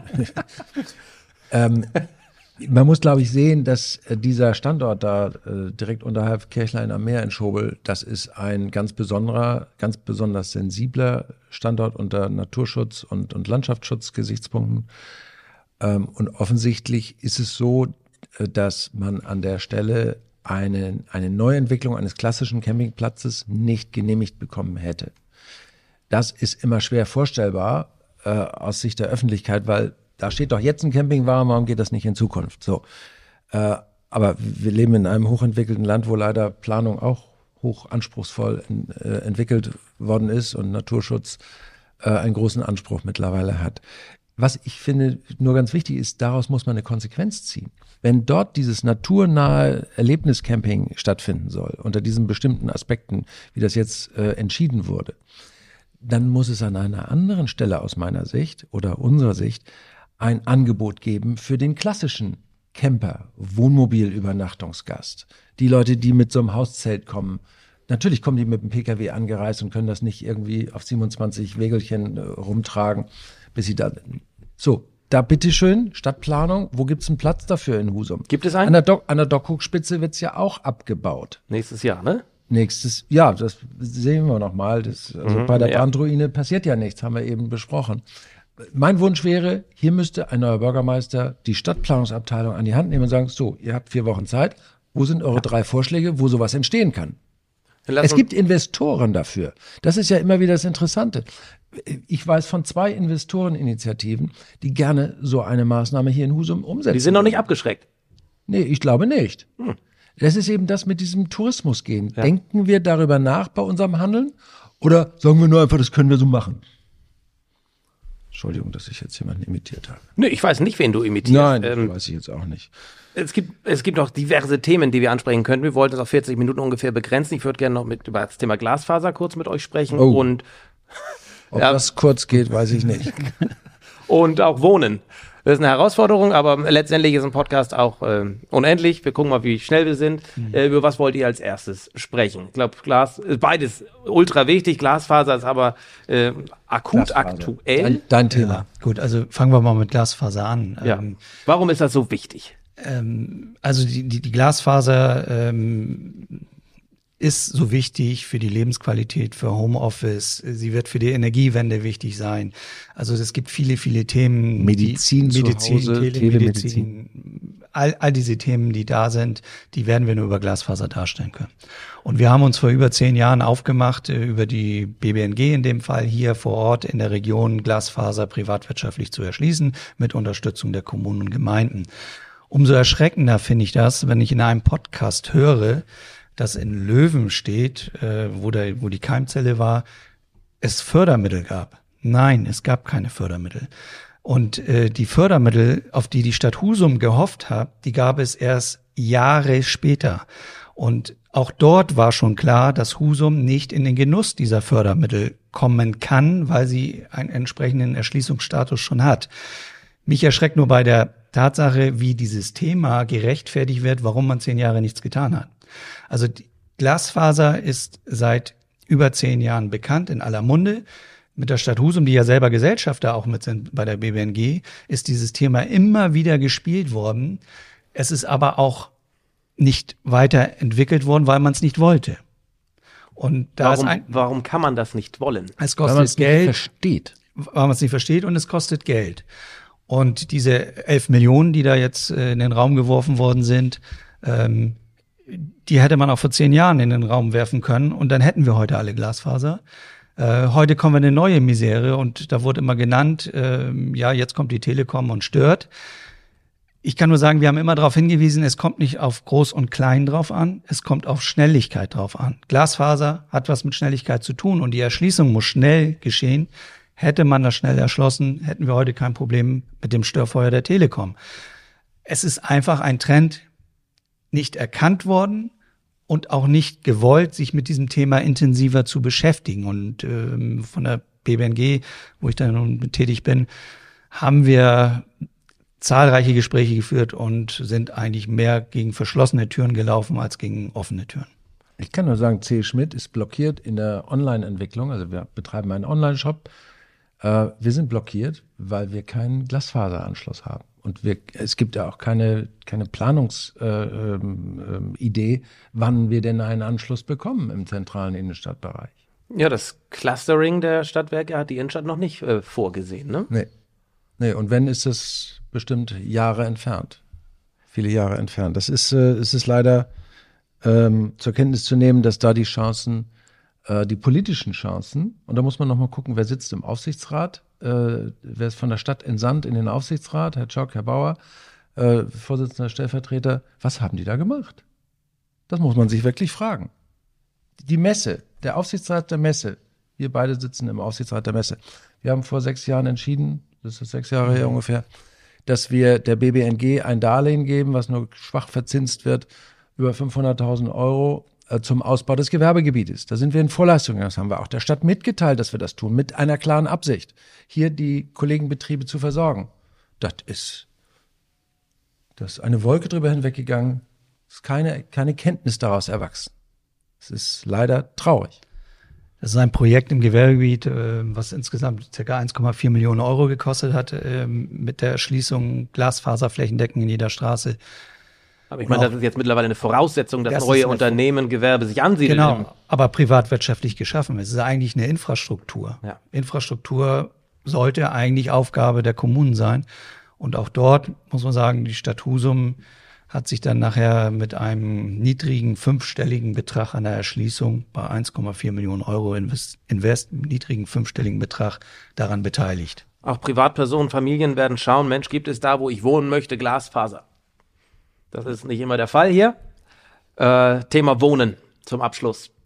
Ähm, man muss, glaube ich, sehen, dass äh, dieser Standort da äh, direkt unterhalb Kirchlein am Meer in Schobel, das ist ein ganz besonderer, ganz besonders sensibler Standort unter Naturschutz- und, und Landschaftsschutzgesichtspunkten. Ähm, und offensichtlich ist es so, äh, dass man an der Stelle eine, eine Neuentwicklung eines klassischen Campingplatzes nicht genehmigt bekommen hätte. Das ist immer schwer vorstellbar äh, aus Sicht der Öffentlichkeit, weil da steht doch jetzt ein Campingwagen, warum geht das nicht in Zukunft? So, äh, aber wir leben in einem hochentwickelten Land, wo leider Planung auch hoch anspruchsvoll in, äh, entwickelt worden ist und Naturschutz äh, einen großen Anspruch mittlerweile hat. Was ich finde nur ganz wichtig ist, daraus muss man eine Konsequenz ziehen. Wenn dort dieses naturnahe Erlebniscamping stattfinden soll, unter diesen bestimmten Aspekten, wie das jetzt äh, entschieden wurde, dann muss es an einer anderen Stelle aus meiner Sicht oder unserer Sicht ein Angebot geben für den klassischen Camper, Wohnmobilübernachtungsgast. Die Leute, die mit so einem Hauszelt kommen, natürlich kommen die mit dem Pkw angereist und können das nicht irgendwie auf siebenundzwanzig Wägelchen äh, rumtragen, bis sie da sind. So, da bitteschön, Stadtplanung, wo gibt's einen Platz dafür in Husum? Gibt es An einen? der, Dock, an der Dockhochspitze wird's ja auch abgebaut. Nächstes Jahr, ne? Nächstes, ja, das sehen wir noch mal. Das, also Mhm, bei der ja. Brandruine passiert ja nichts, haben wir eben besprochen. Mein Wunsch wäre, hier müsste ein neuer Bürgermeister die Stadtplanungsabteilung an die Hand nehmen und sagen, so, ihr habt vier Wochen Zeit, wo sind eure drei Vorschläge, wo sowas entstehen kann? Lass Es uns- gibt Investoren dafür. Das ist ja immer wieder das Interessante. Ich weiß von zwei Investoreninitiativen, die gerne so eine Maßnahme hier in Husum umsetzen. Die sind noch nicht abgeschreckt. Nee, ich glaube nicht. Das ist eben das mit diesem Tourismus gehen. Denken wir darüber nach bei unserem Handeln Oder sagen wir nur einfach, das können wir so machen. Entschuldigung, dass ich jetzt jemanden imitiert habe. Nee, ich weiß nicht, wen du imitierst. Nein, das ähm, weiß ich jetzt auch nicht. Es gibt, es gibt noch diverse Themen, die wir ansprechen könnten. Wir wollten es auf vierzig Minuten ungefähr begrenzen. Ich würde gerne noch mit, über das Thema Glasfaser kurz mit euch sprechen. Oh. Und, Ob ja, das kurz geht, weiß ich nicht. und auch Wohnen. Das ist eine Herausforderung, aber letztendlich ist ein Podcast auch äh, unendlich. Wir gucken mal, wie schnell wir sind. Mhm. Äh, über was wollt ihr als erstes sprechen? Ich glaube, Glas ist beides ultra wichtig. Glasfaser ist aber äh, akut Glasfaser. aktuell. Dein, dein Thema. Ja, gut, also fangen wir mal mit Glasfaser an. Ja. Ähm, Warum ist das so wichtig? ähm, also die, die, die Glasfaser ähm, ist so wichtig für die Lebensqualität, für Homeoffice. Sie wird für die Energiewende wichtig sein. Also es gibt viele, viele Themen. Medizin die, zu Medizin, Hause, Telemedizin, all, all diese Themen, die da sind, die werden wir nur über Glasfaser darstellen können. Und wir haben uns vor über zehn Jahren aufgemacht, über die B B N G in dem Fall hier vor Ort in der Region Glasfaser privatwirtschaftlich zu erschließen, mit Unterstützung der Kommunen und Gemeinden. Umso erschreckender finde ich das, wenn ich in einem Podcast höre, dass in Löwen steht, äh, wo, der, wo die Keimzelle war, es Fördermittel gab. Nein, es gab keine Fördermittel. Und äh, die Fördermittel, auf die die Stadt Husum gehofft hat, die gab es erst Jahre später. Und auch dort war schon klar, dass Husum nicht in den Genuss dieser Fördermittel kommen kann, weil sie einen entsprechenden Erschließungsstatus schon hat. Mich erschreckt nur bei der Tatsache, wie dieses Thema gerechtfertigt wird, warum man zehn Jahre nichts getan hat. Also die Glasfaser ist seit über zehn Jahren bekannt, in aller Munde. Mit der Stadt Husum, die ja selber Gesellschafter auch mit sind bei der B B N G, ist dieses Thema immer wieder gespielt worden. Es ist aber auch nicht weiterentwickelt worden, weil man es nicht wollte. Und da Warum, ist ein, warum kann man das nicht wollen? es Weil man es kostet Geld, nicht versteht. weil man es nicht versteht und es kostet Geld. Und diese elf Millionen, die da jetzt äh, in den Raum geworfen worden sind, ähm, die hätte man auch vor zehn Jahren in den Raum werfen können und dann hätten wir heute alle Glasfaser. Äh, heute kommen wir in eine neue Misere und da wurde immer genannt, äh, ja, jetzt kommt die Telekom und stört. Ich kann nur sagen, wir haben immer darauf hingewiesen, es kommt nicht auf Groß und Klein drauf an, es kommt auf Schnelligkeit drauf an. Glasfaser hat was mit Schnelligkeit zu tun und die Erschließung muss schnell geschehen. Hätte man das schnell erschlossen, hätten wir heute kein Problem mit dem Störfeuer der Telekom. Es ist einfach ein Trend, nicht erkannt worden und auch nicht gewollt, sich mit diesem Thema intensiver zu beschäftigen. Und ähm, von der B B N G, wo ich da nun tätig bin, haben wir zahlreiche Gespräche geführt und sind eigentlich mehr gegen verschlossene Türen gelaufen als gegen offene Türen. Ich kann nur sagen, C. Schmidt ist blockiert in der Online-Entwicklung. Also wir betreiben einen Online-Shop. Äh, wir sind blockiert, weil wir keinen Glasfaseranschluss haben. Und wir, es gibt ja auch keine, keine Planungsidee, äh, ähm, wann wir denn einen Anschluss bekommen im zentralen Innenstadtbereich. Ja, das Clustering der Stadtwerke hat die Innenstadt noch nicht äh, vorgesehen, ne? Nee. Nee, und wenn, ist es bestimmt Jahre entfernt. Viele Jahre entfernt. Das ist, äh, es ist leider ähm, zur Kenntnis zu nehmen, dass da die Chancen, äh, die politischen Chancen, und da muss man nochmal gucken, wer sitzt im Aufsichtsrat, äh, wer ist von der Stadt entsandt in den Aufsichtsrat, Herr Tschock, Herr Bauer, äh, Vorsitzender, Stellvertreter, was haben die da gemacht? Das muss man sich wirklich fragen. Die Messe, der Aufsichtsrat der Messe, wir beide sitzen im Aufsichtsrat der Messe. Wir haben vor sechs Jahren entschieden, das ist sechs Jahre her ungefähr, dass wir der B B N G ein Darlehen geben, was nur schwach verzinst wird, über fünfhunderttausend Euro äh, zum Ausbau des Gewerbegebietes. Da sind wir in Vorleistung. Das haben wir auch der Stadt mitgeteilt, dass wir das tun, mit einer klaren Absicht, hier die Kollegenbetriebe zu versorgen. Das ist, das ist eine Wolke drüber hinweggegangen. Es ist keine, keine Kenntnis daraus erwachsen. Es ist leider traurig. Das ist ein Projekt im Gewerbegebiet, was insgesamt ca. eins Komma vier Millionen Euro gekostet hat, mit der Erschließung Glasfaserflächendecken in jeder Straße. Aber ich meine, das ist jetzt mittlerweile eine Voraussetzung, dass Das ist neue eine Unternehmen, Gewerbe sich ansiedeln. Genau, aber privatwirtschaftlich geschaffen. Es ist eigentlich eine Infrastruktur. Ja. Infrastruktur sollte eigentlich Aufgabe der Kommunen sein. Und auch dort muss man sagen, die Stadt Husum hat sich dann nachher mit einem niedrigen fünfstelligen Betrag an der Erschließung bei eins Komma vier Millionen Euro Invest, Invest niedrigen fünfstelligen Betrag daran beteiligt. Auch Privatpersonen, Familien werden schauen, Mensch, gibt es da, wo ich wohnen möchte, Glasfaser? Das ist nicht immer der Fall hier. Äh, Thema Wohnen zum Abschluss.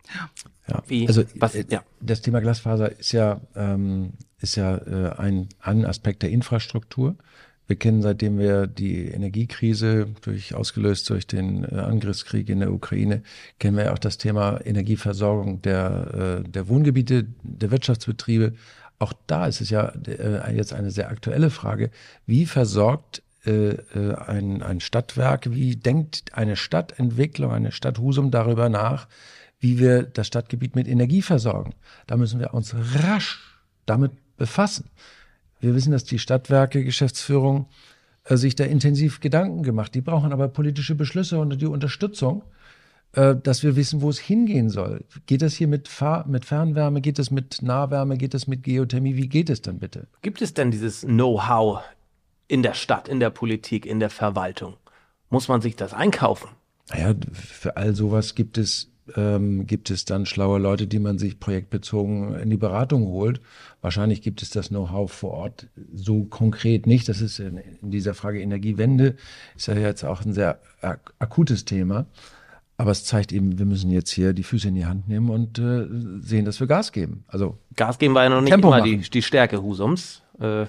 Ja. Wie? Also Was? äh, Ja. das Thema Glasfaser ist ja, ähm, ist ja äh, ein, ein Aspekt der Infrastruktur. Wir kennen, seitdem wir die Energiekrise durch, ausgelöst durch den äh, Angriffskrieg in der Ukraine, kennen wir ja auch das Thema Energieversorgung der, äh, der Wohngebiete, der Wirtschaftsbetriebe. Auch da ist es ja äh, jetzt eine sehr aktuelle Frage. Wie versorgt äh, ein, ein Stadtwerk, wie denkt eine Stadtentwicklung, eine Stadt Husum darüber nach, wie wir das Stadtgebiet mit Energie versorgen? Da müssen wir uns rasch damit befassen. Wir wissen, dass die Stadtwerke, Geschäftsführung äh, sich da intensiv Gedanken gemacht. Die brauchen aber politische Beschlüsse und die Unterstützung, äh, dass wir wissen, wo es hingehen soll. Geht das hier mit, Fahr- mit Fernwärme? Geht es mit Nahwärme? Geht es mit Geothermie? Wie geht es dann bitte? Gibt es denn dieses Know-how in der Stadt, in der Politik, in der Verwaltung? Muss man sich das einkaufen? Naja, für all sowas gibt es ähm, gibt es dann schlaue Leute, die man sich projektbezogen in die Beratung holt. Wahrscheinlich gibt es das Know-how vor Ort so konkret nicht. Das ist in, in dieser Frage Energiewende, ist ja jetzt auch ein sehr ak- akutes Thema. Aber es zeigt eben, wir müssen jetzt hier die Füße in die Hand nehmen und äh, sehen, dass wir Gas geben. Also Gas geben war ja noch nicht Tempo immer die, machen. die Stärke Husums. Äh,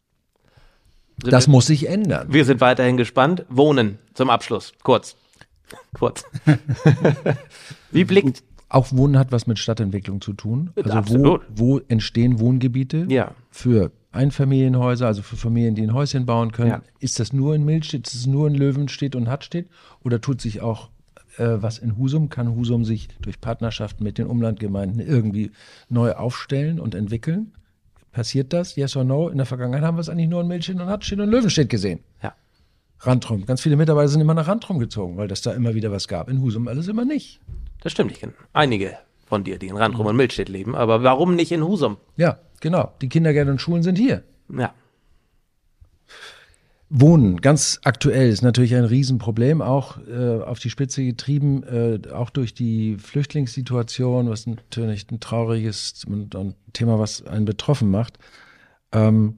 sind das wir, muss sich ändern. wir sind weiterhin gespannt. Wohnen zum Abschluss. Kurz. Kurz. Wie blickt... Auch Wohnen hat was mit Stadtentwicklung zu tun. Also wo, Absolut. wo entstehen Wohngebiete Ja. für Einfamilienhäuser, also für Familien, die ein Häuschen bauen können. Ja. Ist das nur in Milchstedt, ist es nur in Löwenstedt und Hattstedt? Oder tut sich auch äh, was in Husum? Kann Husum sich durch Partnerschaften mit den Umlandgemeinden irgendwie neu aufstellen und entwickeln? Passiert das? Yes or no? In der Vergangenheit haben wir es eigentlich nur in Milchstedt und Hattstedt und Löwenstedt gesehen. Ja. Randrum. Ganz viele Mitarbeiter sind immer nach Randrum gezogen, weil das da immer wieder was gab. In Husum alles immer nicht. Das stimmt, ich kenne einige von dir, die in Randrum und Milchstedt leben, aber warum nicht in Husum? Ja, genau. Die Kindergärten und Schulen sind hier. Ja. Wohnen, ganz aktuell, ist natürlich ein Riesenproblem, auch äh, auf die Spitze getrieben, äh, auch durch die Flüchtlingssituation, was natürlich ein trauriges und, und ein Thema, was einen betroffen macht. Ähm,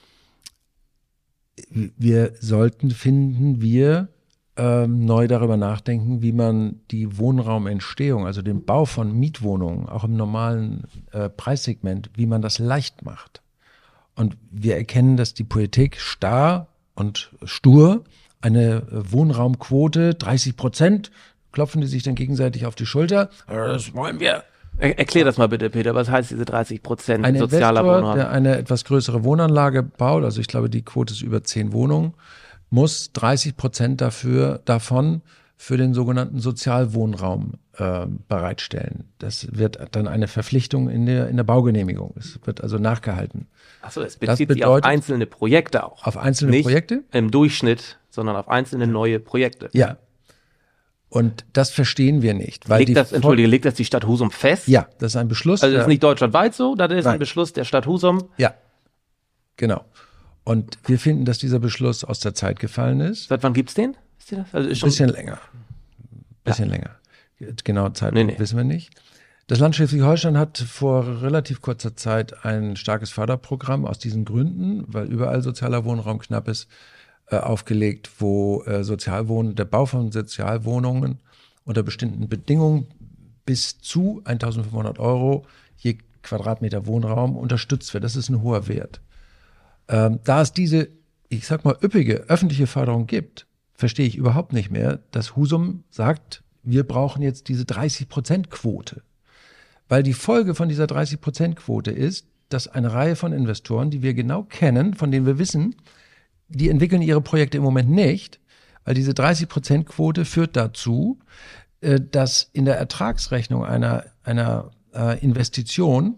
wir sollten, finden wir, ähm, neu darüber nachdenken, wie man die Wohnraumentstehung, also den Bau von Mietwohnungen, auch im normalen äh, Preissegment, wie man das leicht macht. Und wir erkennen, dass die Politik starr und stur eine Wohnraumquote, dreißig Prozent, klopfen die sich dann gegenseitig auf die Schulter. Das wollen wir. Er, erklär das mal bitte, Peter. Was heißt diese dreißig Prozent Ein sozialer Investor, Wohnraum? der eine etwas größere Wohnanlage baut, also ich glaube, die Quote ist über zehn Wohnungen, muss dreißig Prozent dafür, davon für den sogenannten Sozialwohnraum äh, bereitstellen. Das wird dann eine Verpflichtung in der, in der Baugenehmigung. Es wird also nachgehalten. Achso, es bezieht Das sich auf bedeutet- einzelne Projekte auch. Auf einzelne Nicht Projekte? im Durchschnitt, sondern auf einzelne neue Projekte. Ja. Und das verstehen wir nicht. Weil die Legt das, Vol- Entschuldige, legt das die Stadt Husum fest? Ja, das ist ein Beschluss. Also das der- ist nicht deutschlandweit so, das ist Nein. ein Beschluss der Stadt Husum. Ja, genau. Und wir finden, dass dieser Beschluss aus der Zeit gefallen ist. Seit wann gibt's den? Wisst ihr das? Also ist Ein schon bisschen länger. Ein bisschen länger. Genau, Zeit Nee, nee. wissen wir nicht. Das Land Schleswig-Holstein hat vor relativ kurzer Zeit ein starkes Förderprogramm aus diesen Gründen, weil überall sozialer Wohnraum knapp ist, äh, aufgelegt, wo äh, Sozialwohn der Bau von Sozialwohnungen unter bestimmten Bedingungen bis zu eintausendfünfhundert Euro je Quadratmeter Wohnraum unterstützt wird. Das ist ein hoher Wert. Ähm, da es diese, ich sag mal, üppige öffentliche Förderung gibt, verstehe ich überhaupt nicht mehr, dass Husum sagt, wir brauchen jetzt diese dreißig Prozent Quote. Weil die Folge von dieser dreißig Prozent Quote ist, dass eine Reihe von Investoren, die wir genau kennen, von denen wir wissen, die entwickeln ihre Projekte im Moment nicht, weil diese dreißig Prozent Quote führt dazu, äh, dass in der Ertragsrechnung einer, einer äh, Investition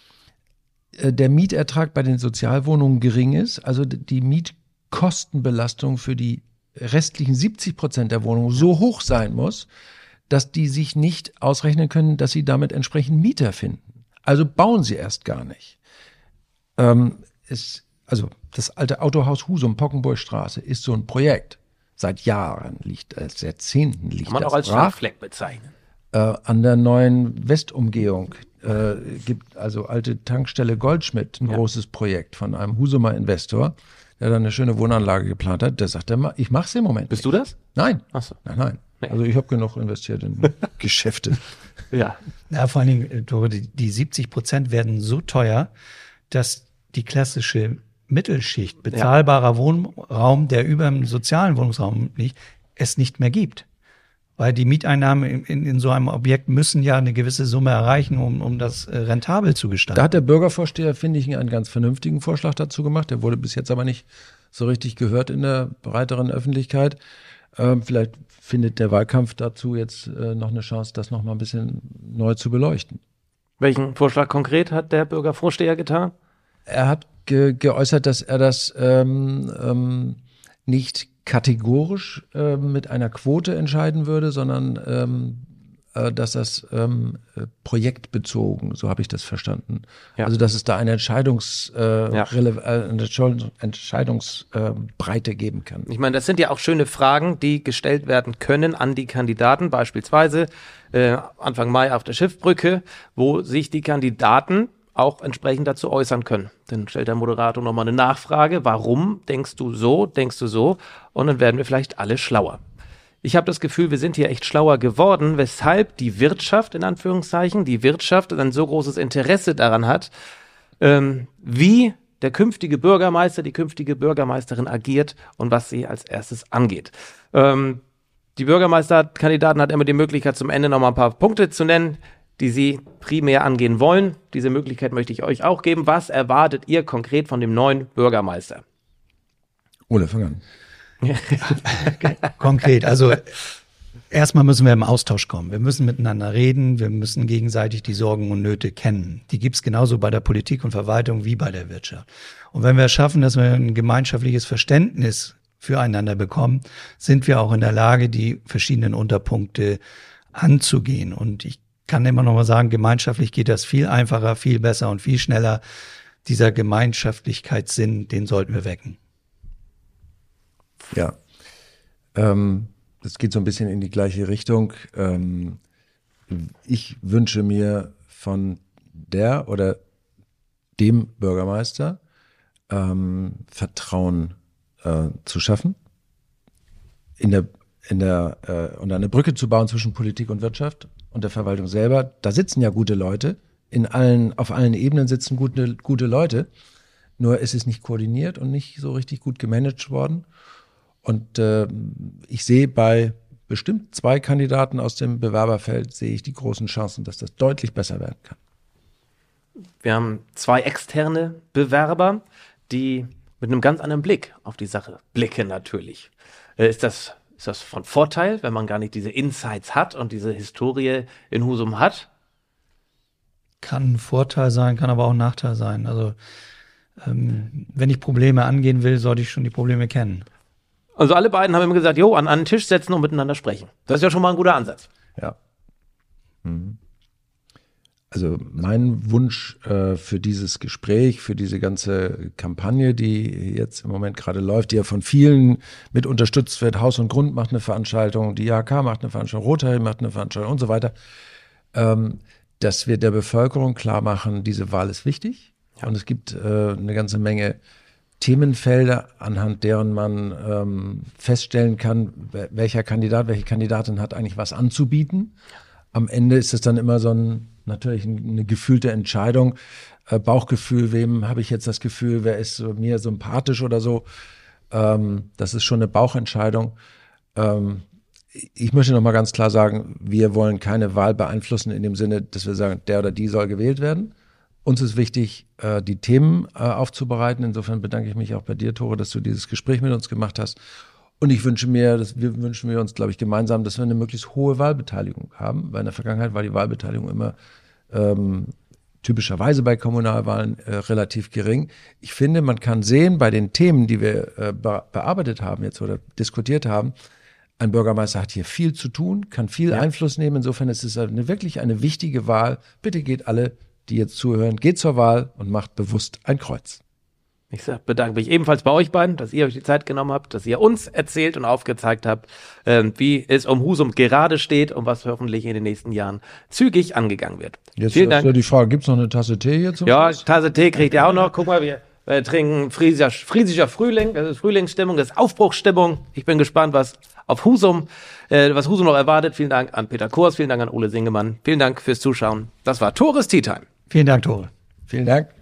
äh, der Mietertrag bei den Sozialwohnungen gering ist, also d- die Mietkostenbelastung für die restlichen siebzig Prozent der Wohnungen so hoch sein muss, dass die sich nicht ausrechnen können, dass sie damit entsprechend Mieter finden. Also bauen sie erst gar nicht. Ähm, ist, also das alte Autohaus Husum, Pockenburgstraße, ist so ein Projekt. Seit Jahren liegt, als Jahrzehnten liegt kann man das auch als brach. Schandfleck bezeichnen. Äh, an der neuen Westumgehung äh, gibt also alte Tankstelle Goldschmidt, ein Ja. großes Projekt von einem Husumer Investor, der da eine schöne Wohnanlage geplant hat. Der sagt, immer, ich mache es im Moment Bist nicht. du das? Nein. Ach so. Nein, nein. Nee. Also ich habe genug investiert in Geschäfte. Ja. Ja, vor allen Dingen, Tore, die, die siebzig Prozent werden so teuer, dass die klassische Mittelschicht, bezahlbarer ja. Wohnraum, der über dem sozialen Wohnungsraum liegt, es nicht mehr gibt. Weil die Mieteinnahmen in, in, in so einem Objekt müssen ja eine gewisse Summe erreichen, um, um das rentabel zu gestalten. Da hat der Bürgervorsteher, finde ich, einen ganz vernünftigen Vorschlag dazu gemacht. Der wurde bis jetzt aber nicht so richtig gehört in der breiteren Öffentlichkeit. Ähm, vielleicht findet der Wahlkampf dazu jetzt äh, noch eine Chance, das noch mal ein bisschen neu zu beleuchten. Welchen Vorschlag konkret hat der Bürgervorsteher getan? Er hat ge- geäußert, dass er das ähm, ähm, nicht kategorisch äh, mit einer Quote entscheiden würde, sondern ähm, äh, dass das ähm, projektbezogen, so habe ich das verstanden. Ja. Also dass es da eine Entscheidungs, äh, ja. Rele- äh, Entscheidungsbreite äh, geben kann. Ich meine, das sind ja auch schöne Fragen, die gestellt werden können an die Kandidaten, beispielsweise äh, Anfang Mai auf der Schiffbrücke, wo sich die Kandidaten auch entsprechend dazu äußern können. Dann stellt der Moderator nochmal eine Nachfrage. Warum denkst du so, denkst du so? Und dann werden wir vielleicht alle schlauer. Ich habe das Gefühl, wir sind hier echt schlauer geworden, weshalb die Wirtschaft, in Anführungszeichen, die Wirtschaft ein so großes Interesse daran hat, ähm, wie der künftige Bürgermeister, die künftige Bürgermeisterin agiert und was sie als erstes angeht. Ähm, die Bürgermeisterkandidaten hat immer die Möglichkeit, zum Ende nochmal ein paar Punkte zu nennen, die sie primär angehen wollen. Diese Möglichkeit möchte ich euch auch geben. Was erwartet ihr konkret von dem neuen Bürgermeister? Ole, fang an. Konkret, also erstmal müssen wir im Austausch kommen. Wir müssen miteinander reden, wir müssen gegenseitig die Sorgen und Nöte kennen. Die gibt's genauso bei der Politik und Verwaltung wie bei der Wirtschaft. Und wenn wir es schaffen, dass wir ein gemeinschaftliches Verständnis füreinander bekommen, sind wir auch in der Lage, die verschiedenen Unterpunkte anzugehen. Und ich kann immer noch mal sagen, gemeinschaftlich geht das viel einfacher, viel besser und viel schneller. Dieser Gemeinschaftlichkeitssinn, den sollten wir wecken. Ja, ähm, das geht so ein bisschen in die gleiche Richtung. Ähm, ich wünsche mir von der oder dem Bürgermeister ähm, Vertrauen äh, zu schaffen, in der, in der, äh, und eine Brücke zu bauen zwischen Politik und Wirtschaft und der Verwaltung selber. Da sitzen ja gute Leute, in allen, auf allen Ebenen sitzen gute, gute Leute, nur ist es nicht koordiniert und nicht so richtig gut gemanagt worden. Und äh, ich sehe bei bestimmt zwei Kandidaten aus dem Bewerberfeld, sehe ich die großen Chancen, dass das deutlich besser werden kann. Wir haben zwei externe Bewerber, die mit einem ganz anderen Blick auf die Sache blicken natürlich. Äh, ist das, ist das von Vorteil, wenn man gar nicht diese Insights hat und diese Historie in Husum hat? Kann ein Vorteil sein, kann aber auch ein Nachteil sein. Also ähm, wenn ich Probleme angehen will, sollte ich schon die Probleme kennen. Also alle beiden haben immer gesagt, jo, an einen Tisch setzen und miteinander sprechen. Das ist ja schon mal ein guter Ansatz. Ja. Mhm. Also mein Wunsch äh, für dieses Gespräch, für diese ganze Kampagne, die jetzt im Moment gerade läuft, die ja von vielen mit unterstützt wird, Haus und Grund macht eine Veranstaltung, die I H K macht eine Veranstaltung, Rotary macht eine Veranstaltung und so weiter, ähm, dass wir der Bevölkerung klar machen, diese Wahl ist wichtig. Ja. Und es gibt äh, eine ganze Menge Themenfelder, anhand deren man ähm, feststellen kann, welcher Kandidat, welche Kandidatin hat eigentlich was anzubieten. Am Ende ist es dann immer so ein, natürlich eine gefühlte Entscheidung, äh, Bauchgefühl, wem habe ich jetzt das Gefühl, wer ist so, mir sympathisch oder so. Ähm, das ist schon eine Bauchentscheidung. Ähm, ich möchte noch mal ganz klar sagen, wir wollen keine Wahl beeinflussen in dem Sinne, dass wir sagen, der oder die soll gewählt werden. Uns ist wichtig, die Themen aufzubereiten. Insofern bedanke ich mich auch bei dir, Tore, dass du dieses Gespräch mit uns gemacht hast. Und ich wünsche mir, das, wir wünschen wir uns, glaube ich, gemeinsam, dass wir eine möglichst hohe Wahlbeteiligung haben. Weil in der Vergangenheit war die Wahlbeteiligung immer ähm, typischerweise bei Kommunalwahlen äh, relativ gering. Ich finde, man kann sehen, bei den Themen, die wir äh, be- bearbeitet haben jetzt oder diskutiert haben, ein Bürgermeister hat hier viel zu tun, kann viel ja. Einfluss nehmen. Insofern ist es eine, wirklich eine wichtige Wahl. Bitte geht alle, die jetzt zuhören, geht zur Wahl und macht bewusst ein Kreuz. Ich bedanke mich ebenfalls bei euch beiden, dass ihr euch die Zeit genommen habt, dass ihr uns erzählt und aufgezeigt habt, äh, wie es um Husum gerade steht und was hoffentlich in den nächsten Jahren zügig angegangen wird. Jetzt Vielen Dank. ist ja die Frage, gibt es noch eine Tasse Tee hier zum Ja, Schluss? Tasse Tee kriegt ihr auch noch. Guck mal, wir Wir trinken friesischer, friesischer Frühling, das ist Frühlingsstimmung, das ist Aufbruchsstimmung. Ich bin gespannt, was auf Husum, äh, was Husum noch erwartet. Vielen Dank an Peter Kurs, vielen Dank an Ole Singemann. Vielen Dank fürs Zuschauen. Das war Tores Tea Time. Vielen Dank, Tore. Vielen Dank.